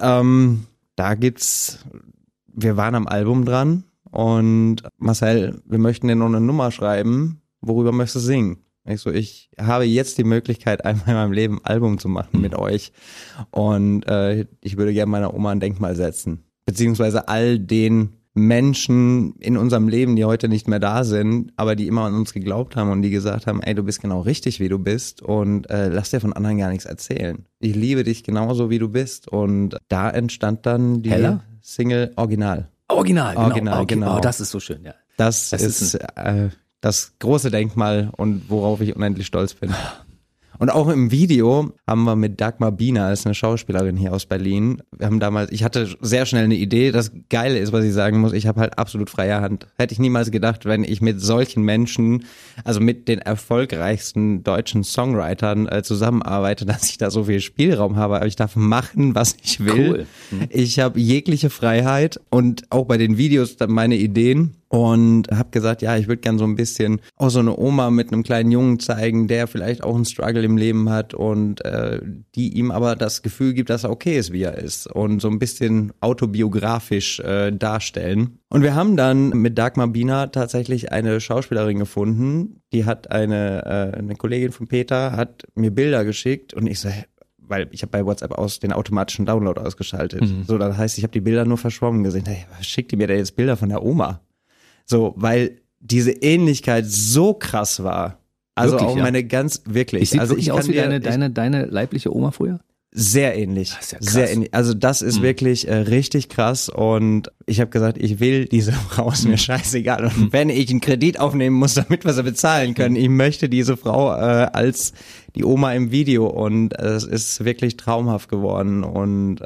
C: wir waren am Album dran und Marcel, wir möchten dir noch eine Nummer schreiben, worüber möchtest du singen? Ich habe jetzt die Möglichkeit, einmal in meinem Leben ein Album zu machen mit euch und ich würde gerne meiner Oma ein Denkmal setzen, beziehungsweise all den Menschen in unserem Leben, die heute nicht mehr da sind, aber die immer an uns geglaubt haben und die gesagt haben, ey, du bist genau richtig, wie du bist und lass dir von anderen gar nichts erzählen. Ich liebe dich genauso, wie du bist und da entstand dann die
B: Heller?
C: Single Original.
B: Original,
C: genau.
B: Oh, das ist so schön, ja.
C: Das ist das große Denkmal und worauf ich unendlich stolz bin. Und auch im Video haben wir mit Dagmar Biener, das ist eine Schauspielerin hier aus Berlin, ich hatte sehr schnell eine Idee. Das Geile ist, was ich sagen muss, ich habe halt absolut freie Hand. Hätte ich niemals gedacht, wenn ich mit solchen Menschen, also mit den erfolgreichsten deutschen Songwritern zusammenarbeite, dass ich da so viel Spielraum habe. Aber ich darf machen, was ich will. Cool. Ich habe jegliche Freiheit und auch bei den Videos meine Ideen. Und habe gesagt, ja, ich würde gern so ein bisschen auch so eine Oma mit einem kleinen Jungen zeigen, der vielleicht auch einen Struggle im Leben hat und die ihm aber das Gefühl gibt, dass er okay ist, wie er ist und so ein bisschen autobiografisch darstellen. Und wir haben dann mit Dagmar Biener tatsächlich eine Schauspielerin gefunden, die hat eine Kollegin von Peter, hat mir Bilder geschickt und ich so, weil ich habe bei WhatsApp den automatischen Download ausgeschaltet. So, das heißt, ich habe die Bilder nur verschwommen gesehen. Hey, was schickt die mir denn jetzt Bilder von der Oma? So, weil diese Ähnlichkeit so krass war. Also wirklich, auch meine wirklich.
B: Ich sieht
C: also
B: wirklich aus wie deine leibliche Oma früher?
C: Sehr ähnlich.
B: Das ist ja krass.
C: Sehr ähnlich. Also das ist wirklich richtig krass und ich habe gesagt, ich will diese Frau, ist mir scheißegal. Und wenn ich einen Kredit aufnehmen muss, damit wir sie bezahlen können, ich möchte diese Frau als die Oma im Video und es ist wirklich traumhaft geworden und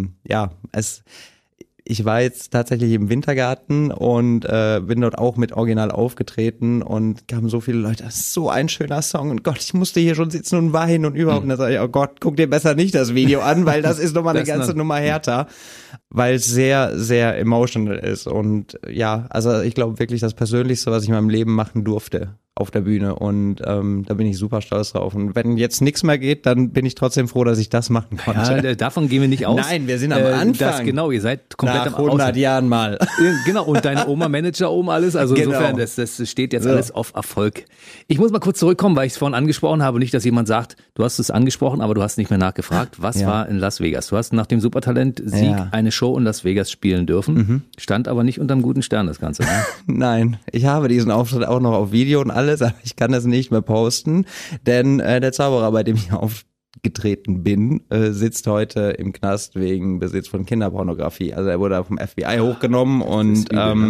C: ich war jetzt tatsächlich im Wintergarten und bin dort auch mit Original aufgetreten und kamen so viele Leute, das ist so ein schöner Song und Gott, ich musste hier schon sitzen und weinen und überhaupt. Und dann sage ich, oh Gott, guck dir besser nicht das Video an, weil das ist nochmal eine ganze Nummer härter, weil es sehr, sehr emotional ist und ja, also ich glaube wirklich das Persönlichste, was ich in meinem Leben machen durfte auf der Bühne und da bin ich super stolz drauf und wenn jetzt nichts mehr geht, dann bin ich trotzdem froh, dass ich das machen konnte.
B: Ja, davon gehen wir nicht aus.
C: Nein, wir sind am Anfang.
B: Genau, ihr seid komplett
C: nach 100 Jahren mal.
B: Genau, und deine Oma Manager oben alles, also insofern, das steht jetzt alles auf Erfolg. Ich muss mal kurz zurückkommen, weil ich es vorhin angesprochen habe, nicht, dass jemand sagt, du hast es angesprochen, aber du hast nicht mehr nachgefragt. Was war in Las Vegas? Du hast nach dem Supertalent-Sieg eine Show in Las Vegas spielen dürfen, stand aber nicht unterm guten Stern das Ganze. Ne?
C: Nein, ich habe diesen Auftritt auch noch auf Video und alles, aber ich kann das nicht mehr posten, denn der Zauberer, bei dem ich aufgetreten bin, sitzt heute im Knast wegen Besitz von Kinderpornografie. Also er wurde vom FBI hochgenommen und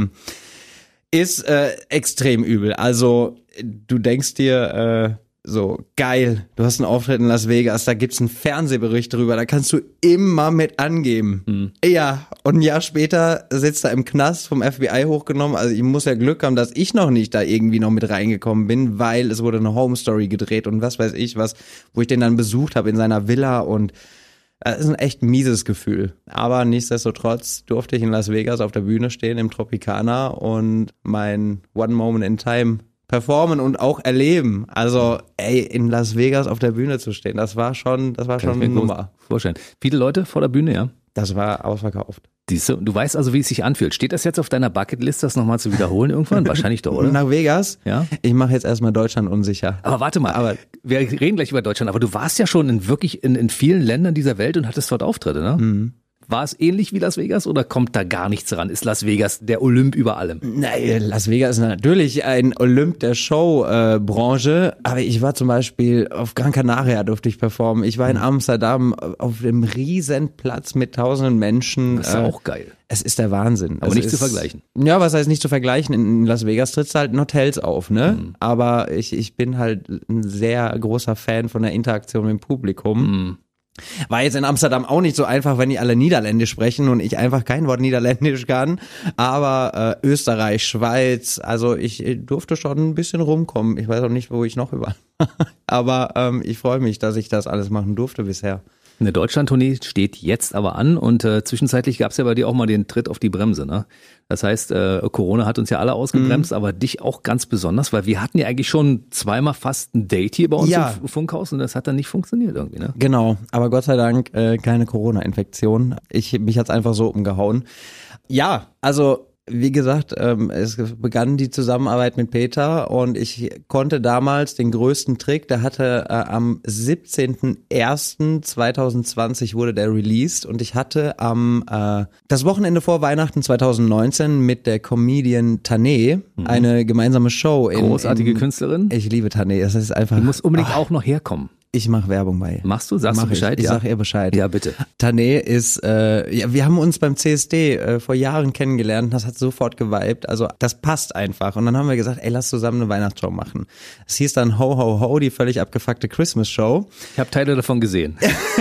C: ist extrem übel. Also du denkst dir so, geil, du hast einen Auftritt in Las Vegas, da gibt's einen Fernsehbericht drüber, da kannst du immer mit angeben. Ja, und ein Jahr später sitzt er im Knast, vom FBI hochgenommen, also ich muss ja Glück haben, dass ich noch nicht da irgendwie noch mit reingekommen bin, weil es wurde eine Home Story gedreht und was weiß ich was, wo ich den dann besucht habe in seiner Villa und das ist ein echt mieses Gefühl. Aber nichtsdestotrotz durfte ich in Las Vegas auf der Bühne stehen im Tropicana und mein One Moment in Time performen und auch erleben. Also, in Las Vegas auf der Bühne zu stehen, das war schon eine Nummer.
B: Vorstellen. Viele Leute vor der Bühne, ja?
C: Das war ausverkauft.
B: Du weißt also, wie es sich anfühlt. Steht das jetzt auf deiner Bucketlist, das nochmal zu wiederholen irgendwann? Wahrscheinlich doch, oder?
C: Nach Vegas?
B: Ja.
C: Ich mache jetzt erstmal Deutschland unsicher.
B: Aber warte mal, wir reden gleich über Deutschland, aber du warst ja schon in vielen Ländern dieser Welt und hattest dort Auftritte, ne? Mhm. War es ähnlich wie Las Vegas oder kommt da gar nichts ran? Ist Las Vegas der Olymp über allem?
C: Nein, Las Vegas ist natürlich ein Olymp der Showbranche, aber ich war zum Beispiel auf Gran Canaria, durfte ich performen. Ich war in Amsterdam auf dem Riesenplatz mit tausenden Menschen.
B: Das ist auch geil.
C: Es ist der Wahnsinn.
B: Aber nicht zu vergleichen.
C: Ja, was heißt nicht zu vergleichen? In Las Vegas trittst du halt in Hotels auf, ne? Aber ich bin halt ein sehr großer Fan von der Interaktion mit dem Publikum. War jetzt in Amsterdam auch nicht so einfach, wenn die alle Niederländisch sprechen und ich einfach kein Wort Niederländisch kann. Aber Österreich, Schweiz, also ich durfte schon ein bisschen rumkommen. Ich weiß auch nicht, wo ich noch überall war. Aber ich freue mich, dass ich das alles machen durfte bisher.
B: Eine Deutschland-Tournee steht jetzt aber an und zwischenzeitlich gab es ja bei dir auch mal den Tritt auf die Bremse, ne? Das heißt, Corona hat uns ja alle ausgebremst, aber dich auch ganz besonders, weil wir hatten ja eigentlich schon zweimal fast ein Date hier bei uns im Funkhaus und das hat dann nicht funktioniert irgendwie, ne?
C: Genau, aber Gott sei Dank keine Corona-Infektion. Mich hat's einfach so umgehauen. Ja, also wie gesagt, es begann die Zusammenarbeit mit Peter und ich konnte damals den größten Trick, der hatte am 17.01.2020 wurde der released und ich hatte das Wochenende vor Weihnachten 2019 mit der Comedian Tané eine gemeinsame Show.
B: Großartige Künstlerin.
C: Ich liebe Tané, das ist einfach...
B: Die muss unbedingt auch noch herkommen.
C: Ich mache Werbung bei.
B: Machst du? Sagst du Bescheid?
C: Ich sag ihr Bescheid.
B: Ja, bitte.
C: Tané ist, wir haben uns beim CSD vor Jahren kennengelernt, das hat sofort geweibt, also das passt einfach. Und dann haben wir gesagt, ey, lass zusammen eine Weihnachtsshow machen. Es hieß dann Ho Ho Ho, die völlig abgefuckte Christmas-Show.
B: Ich habe Teile davon gesehen.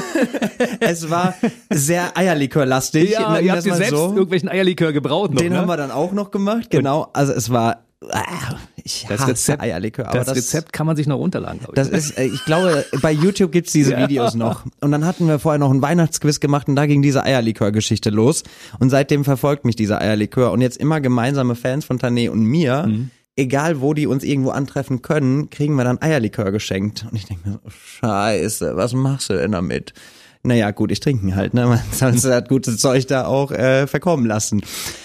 C: Es war sehr Eierlikör-lastig.
B: Ja, ihr habt ihr selbst irgendwelchen Eierlikör gebraut noch,
C: Den haben wir dann auch noch gemacht, genau. Also es war... Ich hasse Eierlikör. Aber
B: das Rezept kann man sich noch runterladen, glaube ich.
C: Das ist, ich glaube, bei YouTube gibt's diese Videos noch. Und dann hatten wir vorher noch einen Weihnachtsquiz gemacht und da ging diese Eierlikör-Geschichte los. Und seitdem verfolgt mich dieser Eierlikör. Und jetzt immer gemeinsame Fans von Tané und mir, egal wo die uns irgendwo antreffen können, kriegen wir dann Eierlikör geschenkt. Und ich denke mir so, scheiße, was machst du denn damit? Naja, gut, ich trinke ihn halt, ne? Man soll das gute Zeug da auch verkommen lassen.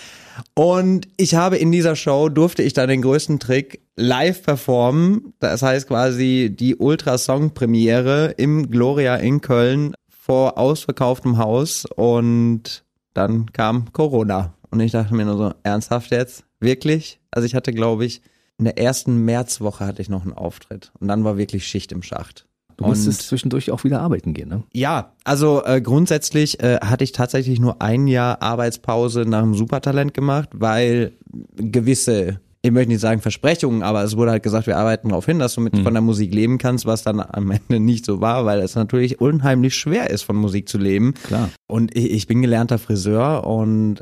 C: Und ich habe in dieser Show, durfte ich dann den größten Trick live performen. Das heißt quasi die Ultrasong-Premiere im Gloria in Köln vor ausverkauftem Haus. Und dann kam Corona. Und ich dachte mir nur so, ernsthaft jetzt? Wirklich? Also ich hatte, glaube ich, in der ersten Märzwoche hatte ich noch einen Auftritt. Und dann war wirklich Schicht im Schacht.
B: Du musstest zwischendurch auch wieder arbeiten gehen, ne?
C: Ja, also grundsätzlich hatte ich tatsächlich nur ein Jahr Arbeitspause nach dem Supertalent gemacht, weil gewisse, ich möchte nicht sagen Versprechungen, aber es wurde halt gesagt, wir arbeiten darauf hin, dass du von der Musik leben kannst, was dann am Ende nicht so war, weil es natürlich unheimlich schwer ist, von Musik zu leben.
B: Klar.
C: Und ich bin gelernter Friseur und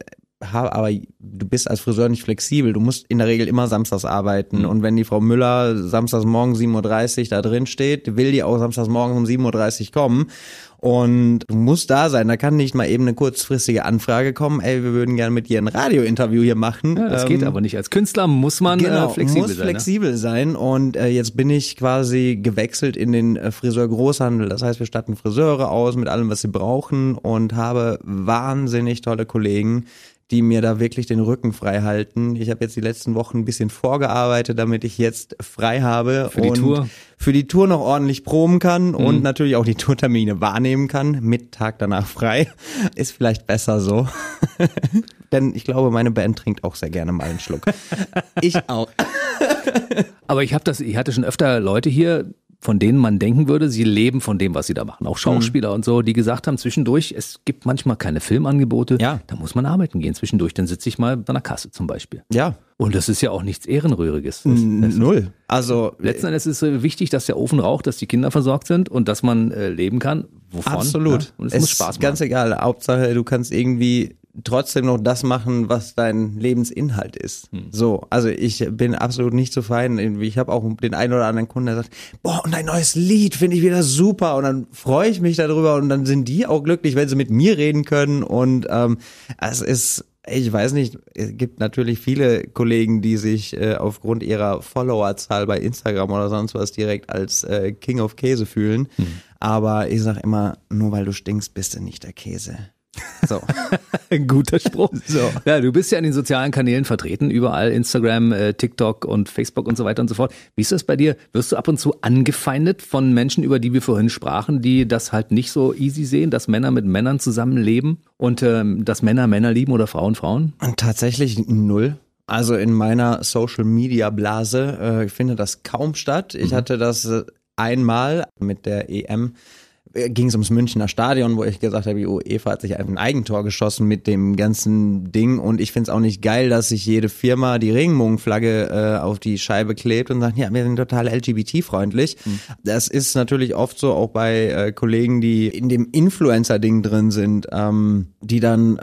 C: aber du bist als Friseur nicht flexibel. Du musst in der Regel immer samstags arbeiten. Und wenn die Frau Müller samstags morgen 7.30 Uhr da drin steht, will die auch samstags morgen um 7.30 Uhr kommen. Und du musst da sein. Da kann nicht mal eben eine kurzfristige Anfrage kommen. Ey, wir würden gerne mit dir ein Radiointerview hier machen.
B: Ja, das geht aber nicht. Als Künstler muss man flexibel sein.
C: Flexibel sein. Und jetzt bin ich quasi gewechselt in den Friseur-Großhandel. Das heißt, wir statten Friseure aus mit allem, was sie brauchen und habe wahnsinnig tolle Kollegen, die mir da wirklich den Rücken frei halten. Ich habe jetzt die letzten Wochen ein bisschen vorgearbeitet, damit ich jetzt frei habe für die Tour noch ordentlich proben kann und natürlich auch die Tourtermine wahrnehmen kann, mit Tag danach frei. Ist vielleicht besser so. Denn ich glaube, meine Band trinkt auch sehr gerne mal einen Schluck. Ich auch.
B: Aber ich hatte schon öfter Leute hier, von denen man denken würde, sie leben von dem, was sie da machen. Auch Schauspieler und so, die gesagt haben zwischendurch, es gibt manchmal keine Filmangebote, da muss man arbeiten gehen zwischendurch. Dann sitze ich mal an der Kasse zum Beispiel. Ja. Und das ist ja auch nichts Ehrenrühriges.
C: Null. Also
B: letzten Endes ist es wichtig, dass der Ofen raucht, dass die Kinder versorgt sind und dass man leben kann. Wovon?
C: Absolut.
B: Ja? Und es muss Spaß machen.
C: Ganz egal. Hauptsache, du kannst irgendwie trotzdem noch das machen, was dein Lebensinhalt ist. So, also ich bin absolut nicht so fein. Ich habe auch den einen oder anderen Kunden, der sagt, boah, und dein neues Lied finde ich wieder super. Und dann freue ich mich darüber und dann sind die auch glücklich, wenn sie mit mir reden können. Und es ist, ich weiß nicht, es gibt natürlich viele Kollegen, die sich aufgrund ihrer Followerzahl bei Instagram oder sonst was direkt als King of Käse fühlen. Aber ich sag immer, nur weil du stinkst, bist du nicht der Käse. So.
B: Ein guter Spruch. So. Ja, du bist ja in den sozialen Kanälen vertreten, überall Instagram, TikTok und Facebook und so weiter und so fort. Wie ist das bei dir? Wirst du ab und zu angefeindet von Menschen, über die wir vorhin sprachen, die das halt nicht so easy sehen, dass Männer mit Männern zusammenleben und dass Männer Männer lieben oder Frauen Frauen?
C: Und tatsächlich null. Also in meiner Social-Media-Blase findet das kaum statt. Ich hatte das einmal mit der EM, ging es ums Münchner Stadion, wo ich gesagt habe, die UEFA hat sich ein Eigentor geschossen mit dem ganzen Ding und ich finde es auch nicht geil, dass sich jede Firma die Regenbogenflagge auf die Scheibe klebt und sagt, ja, wir sind total LGBT-freundlich. Das ist natürlich oft so, auch bei Kollegen, die in dem Influencer-Ding drin sind, die dann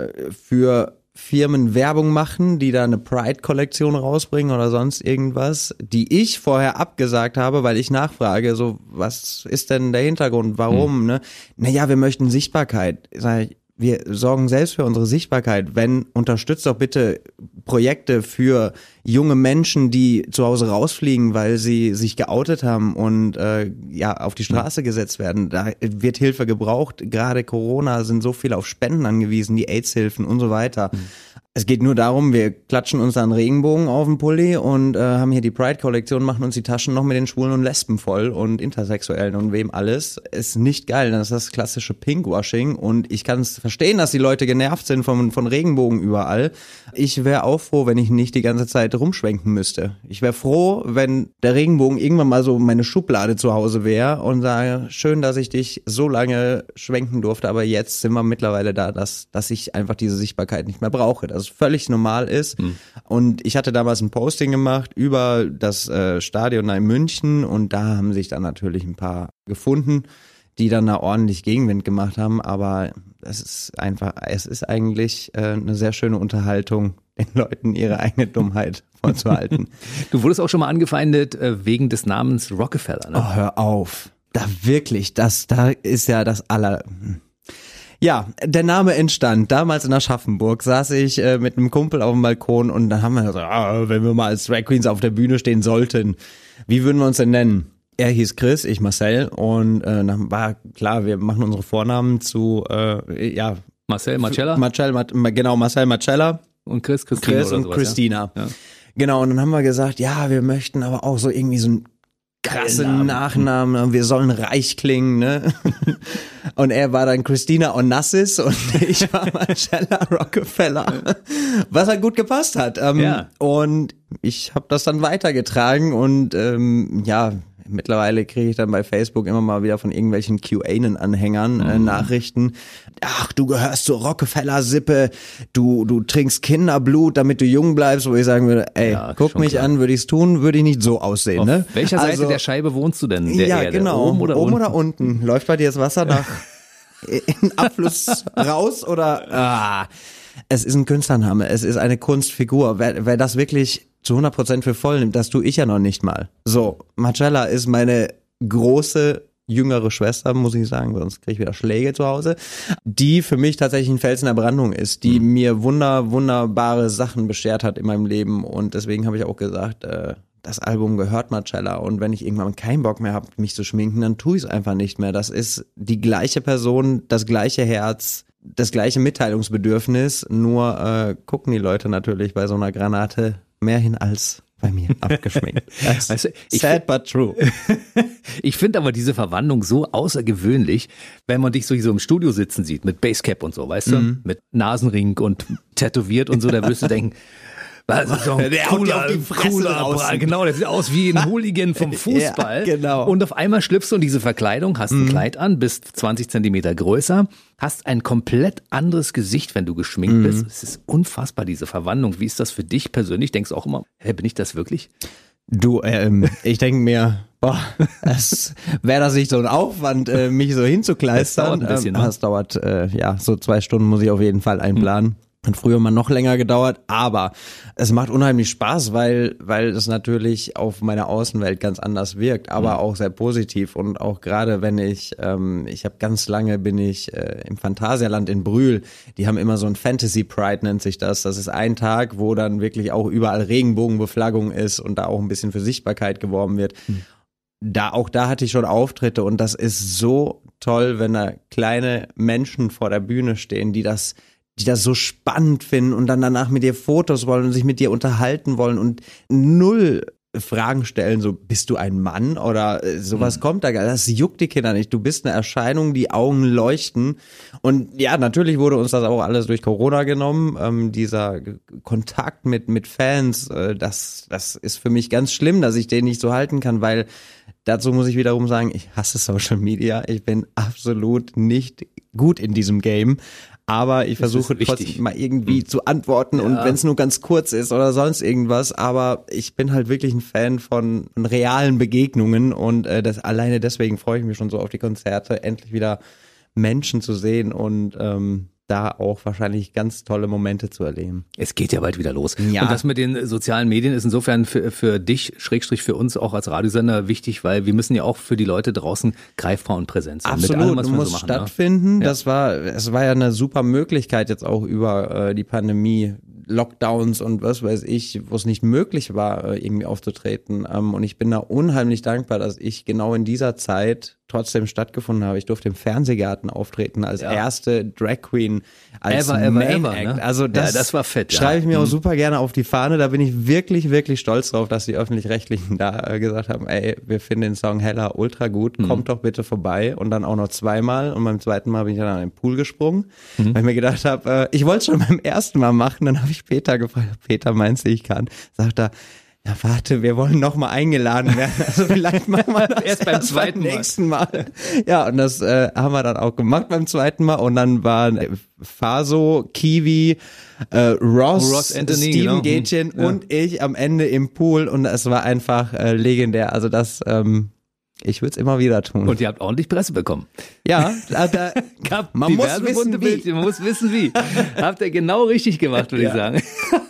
C: für Firmen Werbung machen, die da eine Pride-Kollektion rausbringen oder sonst irgendwas, die ich vorher abgesagt habe, weil ich nachfrage, so, was ist denn der Hintergrund, warum, ne? Naja, wir möchten Sichtbarkeit. Sag ich, wir sorgen selbst für unsere Sichtbarkeit. Wenn, unterstützt doch bitte Projekte für junge Menschen, die zu Hause rausfliegen, weil sie sich geoutet haben und auf die Straße gesetzt werden. Da wird Hilfe gebraucht. Gerade Corona sind so viele auf Spenden angewiesen, die AIDS-Hilfen und so weiter. Es geht nur darum, wir klatschen uns einen Regenbogen auf den Pulli und haben hier die Pride-Kollektion, machen uns die Taschen noch mit den Schwulen und Lesben voll und Intersexuellen und wem alles. Ist nicht geil, das ist das klassische Pinkwashing und ich kann es verstehen, dass die Leute genervt sind von Regenbogen überall. Ich wäre auch froh, wenn ich nicht die ganze Zeit rumschwenken müsste. Ich wäre froh, wenn der Regenbogen irgendwann mal so meine Schublade zu Hause wäre und sage, schön, dass ich dich so lange schwenken durfte, aber jetzt sind wir mittlerweile da, dass ich einfach diese Sichtbarkeit nicht mehr brauche. Das völlig normal ist. Und ich hatte damals ein Posting gemacht über das Stadion in München und da haben sich dann natürlich ein paar gefunden, die dann da ordentlich Gegenwind gemacht haben, aber es ist eigentlich eine sehr schöne Unterhaltung, den Leuten ihre eigene Dummheit vorzuhalten.
B: Du wurdest auch schon mal angefeindet wegen des Namens Rockefeller, ne?
C: Oh, hör auf. Da ist ja das Ja, der Name entstand. Damals in Aschaffenburg saß ich mit einem Kumpel auf dem Balkon und dann haben wir gesagt, wenn wir mal als Drag Queens auf der Bühne stehen sollten, wie würden wir uns denn nennen? Er hieß Chris, ich Marcel und dann war klar, wir machen unsere Vornamen zu,
B: Marcel Marcella?
C: Genau, Marcel Marcella.
B: Und Chris
C: und
B: sowas,
C: Christina.
B: Ja.
C: Genau, und dann haben wir gesagt, ja, wir möchten aber auch so irgendwie so ein krassen Nachnamen, wir sollen reich klingen, ne? Und er war dann Christina Onassis und ich war Marcella Rockefeller, was halt gut gepasst hat. Und ich habe das dann weitergetragen und mittlerweile kriege ich dann bei Facebook immer mal wieder von irgendwelchen QAnon-Anhängern Nachrichten. Ach, du gehörst zur Rockefeller-Sippe, du trinkst Kinderblut, damit du jung bleibst, wo ich sagen würde, guck mich an, würde ich es tun, würde ich nicht so aussehen. Ne?
B: Auf welcher Seite der Scheibe wohnst du denn? Der Erde?
C: Genau.
B: Oben oder unten?
C: Läuft bei dir das Wasser nach in Abfluss raus oder? Es ist ein Künstlername, es ist eine Kunstfigur. Wer das wirklich zu 100% für voll nimmt, das tue ich ja noch nicht mal. So, Marcella ist meine große jüngere Schwester, muss ich sagen, sonst kriege ich wieder Schläge zu Hause, die für mich tatsächlich ein Fels in der Brandung ist, die mir wunderbare Sachen beschert hat in meinem Leben und deswegen habe ich auch gesagt, das Album gehört Marcella und wenn ich irgendwann keinen Bock mehr habe, mich zu schminken, dann tue ich es einfach nicht mehr. Das ist die gleiche Person, das gleiche Herz, das gleiche Mitteilungsbedürfnis, nur gucken die Leute natürlich bei so einer Granate mehr hin als bei mir abgeschminkt.
B: Weißt du,
C: sad but true.
B: Ich finde aber diese Verwandlung so außergewöhnlich, wenn man dich so im Studio sitzen sieht, mit Basecap und so, weißt du, mit Nasenring und tätowiert und so, da würdest du denken, so
C: der haut dir auf die Fresse raus.
B: Genau, der sieht aus wie ein Hooligan vom Fußball.
C: Ja, genau.
B: Und auf einmal schlüpfst du in diese Verkleidung, hast ein Kleid an, bist 20 Zentimeter größer, hast ein komplett anderes Gesicht, wenn du geschminkt bist. Es ist unfassbar, diese Verwandlung. Wie ist das für dich persönlich? Denkst du auch immer, bin ich das wirklich?
C: Du, ich denke mir, wäre das nicht so ein Aufwand, mich so hinzukleistern.
B: Das dauert ein bisschen,
C: das dauert, so 2 Stunden muss ich auf jeden Fall einplanen. Hat früher mal noch länger gedauert, aber es macht unheimlich Spaß, weil es natürlich auf meine Außenwelt ganz anders wirkt, aber auch sehr positiv und auch gerade wenn ich habe ganz lange bin ich im Phantasialand in Brühl, die haben immer so ein Fantasy Pride nennt sich das ist ein Tag, wo dann wirklich auch überall Regenbogenbeflaggung ist und da auch ein bisschen für Sichtbarkeit geworben wird. Da hatte ich schon Auftritte und das ist so toll, wenn da kleine Menschen vor der Bühne stehen, die das so spannend finden und dann danach mit dir Fotos wollen und sich mit dir unterhalten wollen und null Fragen stellen, so bist du ein Mann oder sowas kommt da gar nicht. Das juckt die Kinder nicht. Du bist eine Erscheinung, die Augen leuchten und ja, natürlich wurde uns das auch alles durch Corona genommen. Dieser Kontakt mit Fans, das ist für mich ganz schlimm, dass ich den nicht so halten kann, weil dazu muss ich wiederum sagen, ich hasse Social Media. Ich bin absolut nicht gut in diesem Game. Aber ich versuche trotzdem mal irgendwie zu antworten und wenn es nur ganz kurz ist oder sonst irgendwas. Aber ich bin halt wirklich ein Fan von realen Begegnungen und alleine deswegen freue ich mich schon so auf die Konzerte, endlich wieder Menschen zu sehen und da auch wahrscheinlich ganz tolle Momente zu erleben.
B: Es geht ja bald wieder los.
C: Ja.
B: Und das mit den sozialen Medien ist insofern für dich, Schrägstrich für uns auch als Radiosender wichtig, weil wir müssen ja auch für die Leute draußen greifbar und präsent sein.
C: Absolut,
B: mit allem, was wir
C: muss
B: so machen,
C: stattfinden.
B: Ja.
C: Es war ja eine super Möglichkeit jetzt auch über die Pandemie, Lockdowns und was weiß ich, wo es nicht möglich war, irgendwie aufzutreten. Und ich bin da unheimlich dankbar, dass ich genau in dieser Zeit trotzdem stattgefunden habe. Ich durfte im Fernsehgarten auftreten als erste Drag Queen, als
B: ever,
C: Main
B: ever,
C: Act.
B: ne?
C: Also
B: das war fett.
C: Schreibe ich mir auch super gerne auf die Fahne. Da bin ich wirklich, wirklich stolz drauf, dass die Öffentlich-Rechtlichen da gesagt haben, ey, wir finden den Song Hella ultra gut, kommt doch bitte vorbei. Und dann auch noch zweimal. Und beim zweiten Mal bin ich dann an den Pool gesprungen, weil ich mir gedacht habe, ich wollte es schon beim ersten Mal machen. Dann habe ich Peter gefragt, Peter, meinst du, ich kann? Sagt er, ja, warte, wir wollen noch mal eingeladen werden. Also vielleicht machen wir das erst beim nächsten Mal. Ja, und das haben wir dann auch gemacht beim zweiten Mal. Und dann waren Faso, Kiwi, Ross
B: Anthony,
C: Steven Gätchen und ich am Ende im Pool. Und es war einfach legendär. Also das, ich würde es immer wieder tun.
B: Und ihr habt ordentlich Presse bekommen.
C: Ja,
B: Man muss wissen, wie. Habt ihr genau richtig gemacht, würde ich sagen.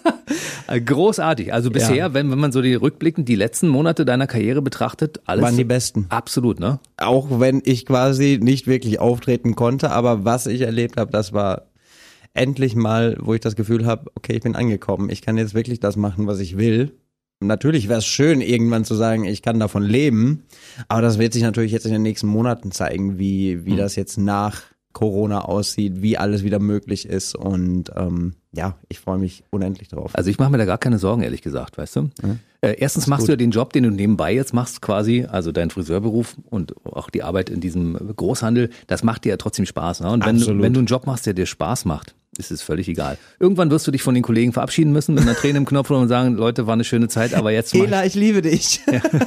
B: Großartig. Also bisher, wenn man so die rückblickend die letzten Monate deiner Karriere betrachtet, alles
C: waren die besten.
B: Absolut, ne?
C: Auch wenn ich quasi nicht wirklich auftreten konnte, aber was ich erlebt habe, das war endlich mal, wo ich das Gefühl habe, okay, ich bin angekommen. Ich kann jetzt wirklich das machen, was ich will. Natürlich wäre es schön, irgendwann zu sagen, ich kann davon leben, aber das wird sich natürlich jetzt in den nächsten Monaten zeigen, wie das jetzt nach Corona aussieht, wie alles wieder möglich ist und ich freue mich unendlich drauf.
B: Also ich mache mir da gar keine Sorgen, ehrlich gesagt, weißt du? Erstens machst du ja den Job, den du nebenbei jetzt machst quasi, also dein Friseurberuf und auch die Arbeit in diesem Großhandel, das macht dir ja trotzdem Spaß. Ne? Und wenn du einen Job machst, der dir Spaß macht, ist es völlig egal. Irgendwann wirst du dich von den Kollegen verabschieden müssen mit einer Träne im Knopf und sagen, Leute, war eine schöne Zeit, aber jetzt
C: ich liebe dich.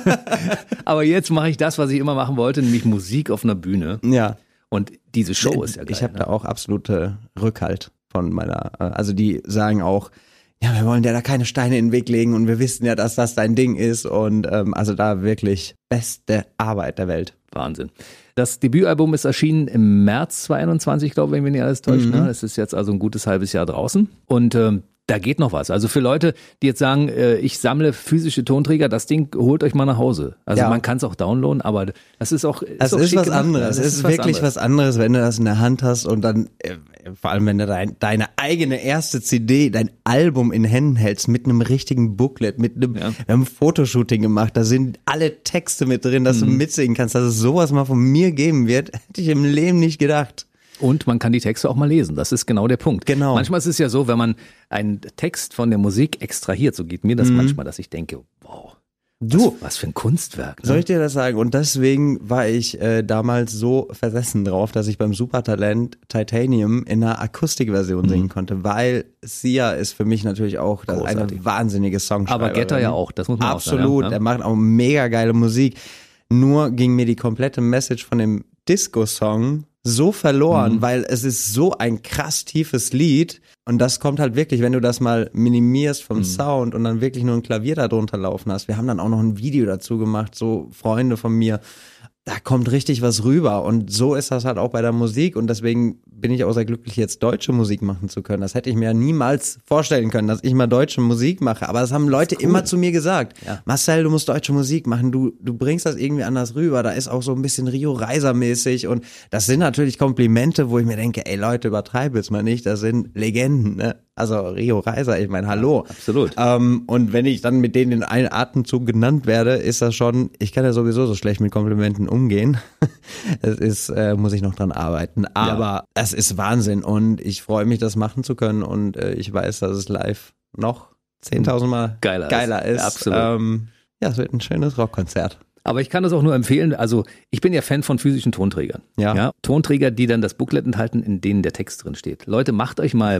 B: Aber jetzt mache ich das, was ich immer machen wollte, nämlich Musik auf einer Bühne.
C: Ja.
B: Und diese Show ist ja geil.
C: Ich habe da auch absolute Rückhalt von meiner, also die sagen auch, ja, wir wollen dir da keine Steine in den Weg legen und wir wissen ja, dass das dein Ding ist und also da wirklich beste Arbeit der Welt.
B: Wahnsinn. Das Debütalbum ist erschienen im März 2021, glaube ich, wenn mich nicht alles täuscht. Ne? Es ist jetzt also ein gutes halbes Jahr draußen und da geht noch was. Also für Leute, die jetzt sagen, ich sammle physische Tonträger, das Ding holt euch mal nach Hause. Also man kann es auch downloaden, aber das ist auch
C: das ist was anderes. Es ist wirklich was anderes, wenn du das in der Hand hast und dann vor allem, wenn du deine eigene erste CD, dein Album in Händen hältst mit einem richtigen Booklet, wir haben ein Fotoshooting gemacht, da sind alle Texte mit drin, dass du mitsingen kannst, dass es sowas mal von mir geben wird, hätte ich im Leben nicht gedacht.
B: Und man kann die Texte auch mal lesen. Das ist genau der Punkt.
C: Genau.
B: Manchmal ist es ja so, wenn man einen Text von der Musik extrahiert, so geht mir das manchmal, dass ich denke, wow, was für ein Kunstwerk. Ne?
C: Soll ich dir das sagen? Und deswegen war ich damals so versessen drauf, dass ich beim Supertalent Titanium in einer Akustikversion singen konnte, weil Sia ist für mich natürlich auch eine wahnsinnige Songschreiberin.
B: Aber Getter ja auch, das muss man
C: Absolut,
B: auch sagen. Ja?
C: Er macht auch mega geile Musik. Nur ging mir die komplette Message von dem Disco-Song so verloren, weil es ist so ein krass tiefes Lied und das kommt halt wirklich, wenn du das mal minimierst vom Sound und dann wirklich nur ein Klavier da drunter laufen hast. Wir haben dann auch noch ein Video dazu gemacht, so Freunde von mir, da kommt richtig was rüber und so ist das halt auch bei der Musik und deswegen bin ich auch sehr glücklich, jetzt deutsche Musik machen zu können. Das hätte ich mir ja niemals vorstellen können, dass ich mal deutsche Musik mache, aber das haben Leute immer zu mir gesagt. Ja. Marcel, du musst deutsche Musik machen, du bringst das irgendwie anders rüber, da ist auch so ein bisschen Rio Reiser mäßig und das sind natürlich Komplimente, wo ich mir denke, ey Leute, übertreibe jetzt mal nicht, das sind Legenden, ne? Also Rio Reiser, ich meine, hallo.
B: Ja, absolut.
C: Und wenn ich dann mit denen in einen Atemzug genannt werde, ist das schon, ich kann ja sowieso so schlecht mit Komplimenten umgehen. Es ist, muss ich noch dran arbeiten. Aber es ist Wahnsinn und ich freue mich, das machen zu können und ich weiß, dass es live noch 10.000 Mal geiler ist.
B: Ja, absolut.
C: Es wird ein schönes Rockkonzert.
B: Aber ich kann das auch nur empfehlen, also ich bin ja Fan von physischen Tonträgern. Ja. Tonträger, die dann das Booklet enthalten, in denen der Text drin steht. Leute, macht euch mal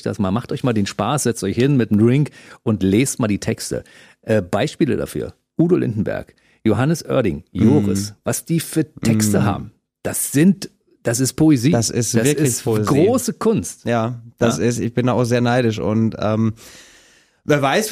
B: den Spaß, setzt euch hin mit einem Drink und lest mal die Texte. Beispiele dafür: Udo Lindenberg, Johannes Oerding, Joris, was die für Texte haben. Das ist Poesie.
C: Das ist wirklich Poesie.
B: Große Kunst.
C: Ja, ich bin da auch sehr neidisch und wer weiß,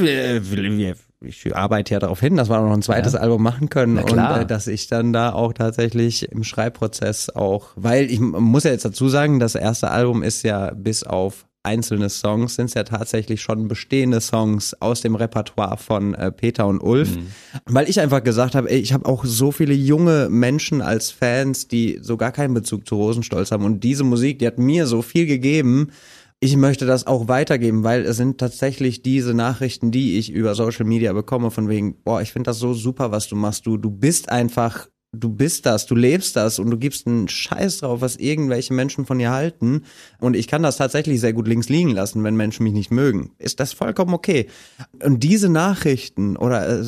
C: ich arbeite ja darauf hin, dass wir auch noch ein zweites Album machen können und dass ich dann da auch tatsächlich im Schreibprozess auch, weil ich muss ja jetzt dazu sagen, das erste Album ist ja bis auf einzelne Songs, sind es ja tatsächlich schon bestehende Songs aus dem Repertoire von Peter und Ulf, weil ich einfach gesagt habe, ich habe auch so viele junge Menschen als Fans, die so gar keinen Bezug zu Rosenstolz haben und diese Musik, die hat mir so viel gegeben. Ich möchte das auch weitergeben, weil es sind tatsächlich diese Nachrichten, die ich über Social Media bekomme, von wegen, boah, ich finde das so super, was du machst. Du bist einfach du bist das, du lebst das und du gibst einen Scheiß drauf, was irgendwelche Menschen von dir halten. Und ich kann das tatsächlich sehr gut links liegen lassen, wenn Menschen mich nicht mögen. Ist das vollkommen okay. Und diese Nachrichten oder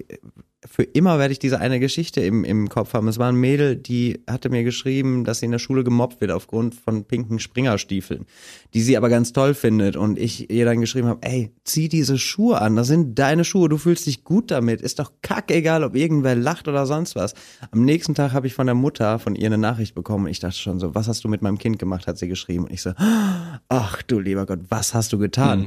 C: für immer werde ich diese eine Geschichte im Kopf haben. Es war ein Mädel, die hatte mir geschrieben, dass sie in der Schule gemobbt wird aufgrund von pinken Springerstiefeln, die sie aber ganz toll findet. Und ich ihr dann geschrieben habe, ey, zieh diese Schuhe an, das sind deine Schuhe, du fühlst dich gut damit. Ist doch kackegal, ob irgendwer lacht oder sonst was. Am nächsten Tag habe ich von der Mutter von ihr eine Nachricht bekommen. Ich dachte schon so, was hast du mit meinem Kind gemacht, hat sie geschrieben. Und ich so, ach du lieber Gott, was hast du getan?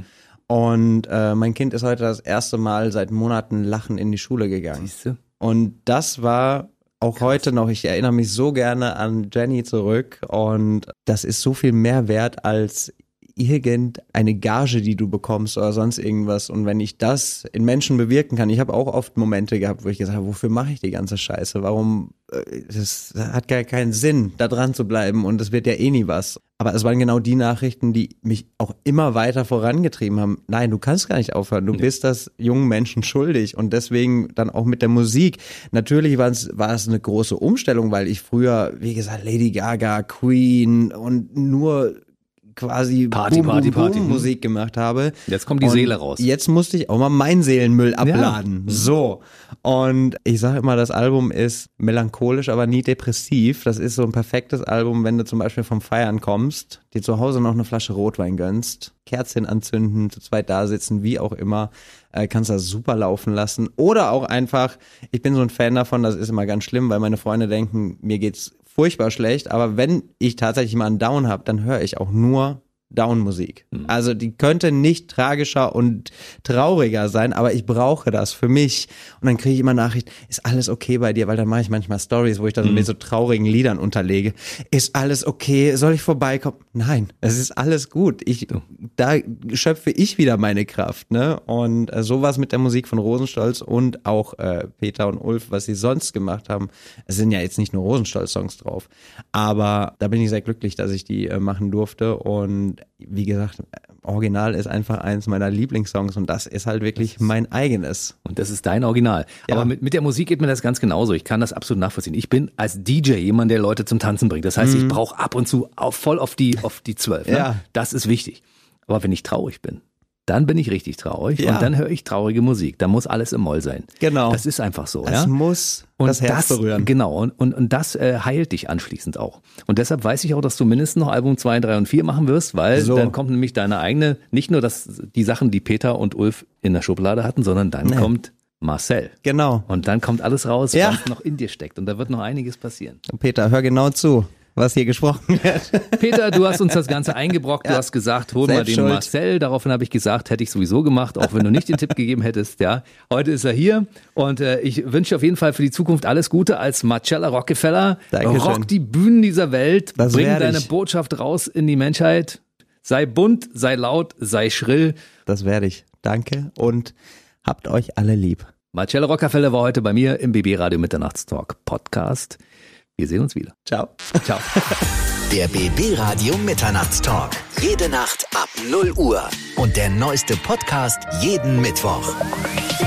C: Und mein Kind ist heute das erste Mal seit Monaten lachend in die Schule gegangen.
B: Siehste?
C: Und das war auch heute noch, ich erinnere mich so gerne an Jenny zurück und das ist so viel mehr wert als irgendeine Gage, die du bekommst oder sonst irgendwas. Und wenn ich das in Menschen bewirken kann, ich habe auch oft Momente gehabt, wo ich gesagt habe, wofür mache ich die ganze Scheiße? Warum? Das hat gar keinen Sinn, da dran zu bleiben und es wird ja eh nie was. Aber es waren genau die Nachrichten, die mich auch immer weiter vorangetrieben haben. Nein, du kannst gar nicht aufhören. Du bist das jungen Menschen schuldig und deswegen dann auch mit der Musik. Natürlich war es eine große Umstellung, weil ich früher, wie gesagt, Lady Gaga, Queen und nur quasi
B: Party
C: Musik gemacht habe.
B: Jetzt kommt die Seele raus.
C: Jetzt musste ich auch mal meinen Seelenmüll abladen. Ja. So. Und ich sage immer, das Album ist melancholisch, aber nie depressiv. Das ist so ein perfektes Album, wenn du zum Beispiel vom Feiern kommst, dir zu Hause noch eine Flasche Rotwein gönnst, Kerzchen anzünden, zu zweit da sitzen, wie auch immer, kannst das super laufen lassen. Oder auch einfach, ich bin so ein Fan davon, das ist immer ganz schlimm, weil meine Freunde denken, mir geht's furchtbar schlecht, aber wenn ich tatsächlich mal einen Down habe, dann höre ich auch nur Down-Musik. Also die könnte nicht tragischer und trauriger sein, aber ich brauche das für mich. Und dann kriege ich immer Nachrichten, ist alles okay bei dir? Weil dann mache ich manchmal Stories, wo ich dann mit so traurigen Liedern unterlege. Ist alles okay? Soll ich vorbeikommen? Nein, es ist alles gut. Da schöpfe ich wieder meine Kraft, ne? Und sowas mit der Musik von Rosenstolz und auch Peter und Ulf, was sie sonst gemacht haben. Es sind ja jetzt nicht nur Rosenstolz-Songs drauf, aber da bin ich sehr glücklich, dass ich die machen durfte. Und wie gesagt, Original ist einfach eins meiner Lieblingssongs und das ist halt wirklich mein eigenes.
B: Und das ist dein Original. Ja. Aber mit der Musik geht mir das ganz genauso. Ich kann das absolut nachvollziehen. Ich bin als DJ jemand, der Leute zum Tanzen bringt. Das heißt, ich brauche ab und zu voll auf die 12. Ne? Ja. Das ist wichtig. Aber wenn ich traurig bin, dann bin ich richtig traurig und dann höre ich traurige Musik. Da muss alles im Moll sein.
C: Genau.
B: Das ist einfach so.
C: Das muss das Herz berühren.
B: Genau. Und das heilt dich anschließend auch. Und deshalb weiß ich auch, dass du mindestens noch Album 2, 3 und 4 machen wirst, weil dann kommt nämlich deine eigene, nicht nur die Sachen, die Peter und Ulf in der Schublade hatten, sondern dann kommt Marcel.
C: Genau.
B: Und dann kommt alles raus, was noch in dir steckt. Und da wird noch einiges passieren.
C: Peter, hör genau zu, was hier gesprochen wird.
B: Peter, du hast uns das Ganze eingebrockt. Du hast gesagt, hol mal den Marcel. Daraufhin habe ich gesagt, hätte ich sowieso gemacht, auch wenn du nicht den Tipp gegeben hättest. Ja, heute ist er hier und ich wünsche auf jeden Fall für die Zukunft alles Gute als Marcella Rockefeller.
C: Dankeschön.
B: Rock die Bühnen dieser Welt. Bring deine Botschaft raus in die Menschheit. Sei bunt, sei laut, sei schrill.
C: Das werde ich. Danke und habt euch alle lieb.
B: Marcella Rockefeller war heute bei mir im BB Radio Mitternachtstalk Podcast. Wir sehen uns wieder.
C: Ciao.
B: Ciao.
A: Der BB Radio Mitternachtstalk. Jede Nacht ab 0 Uhr. Und der neueste Podcast jeden Mittwoch.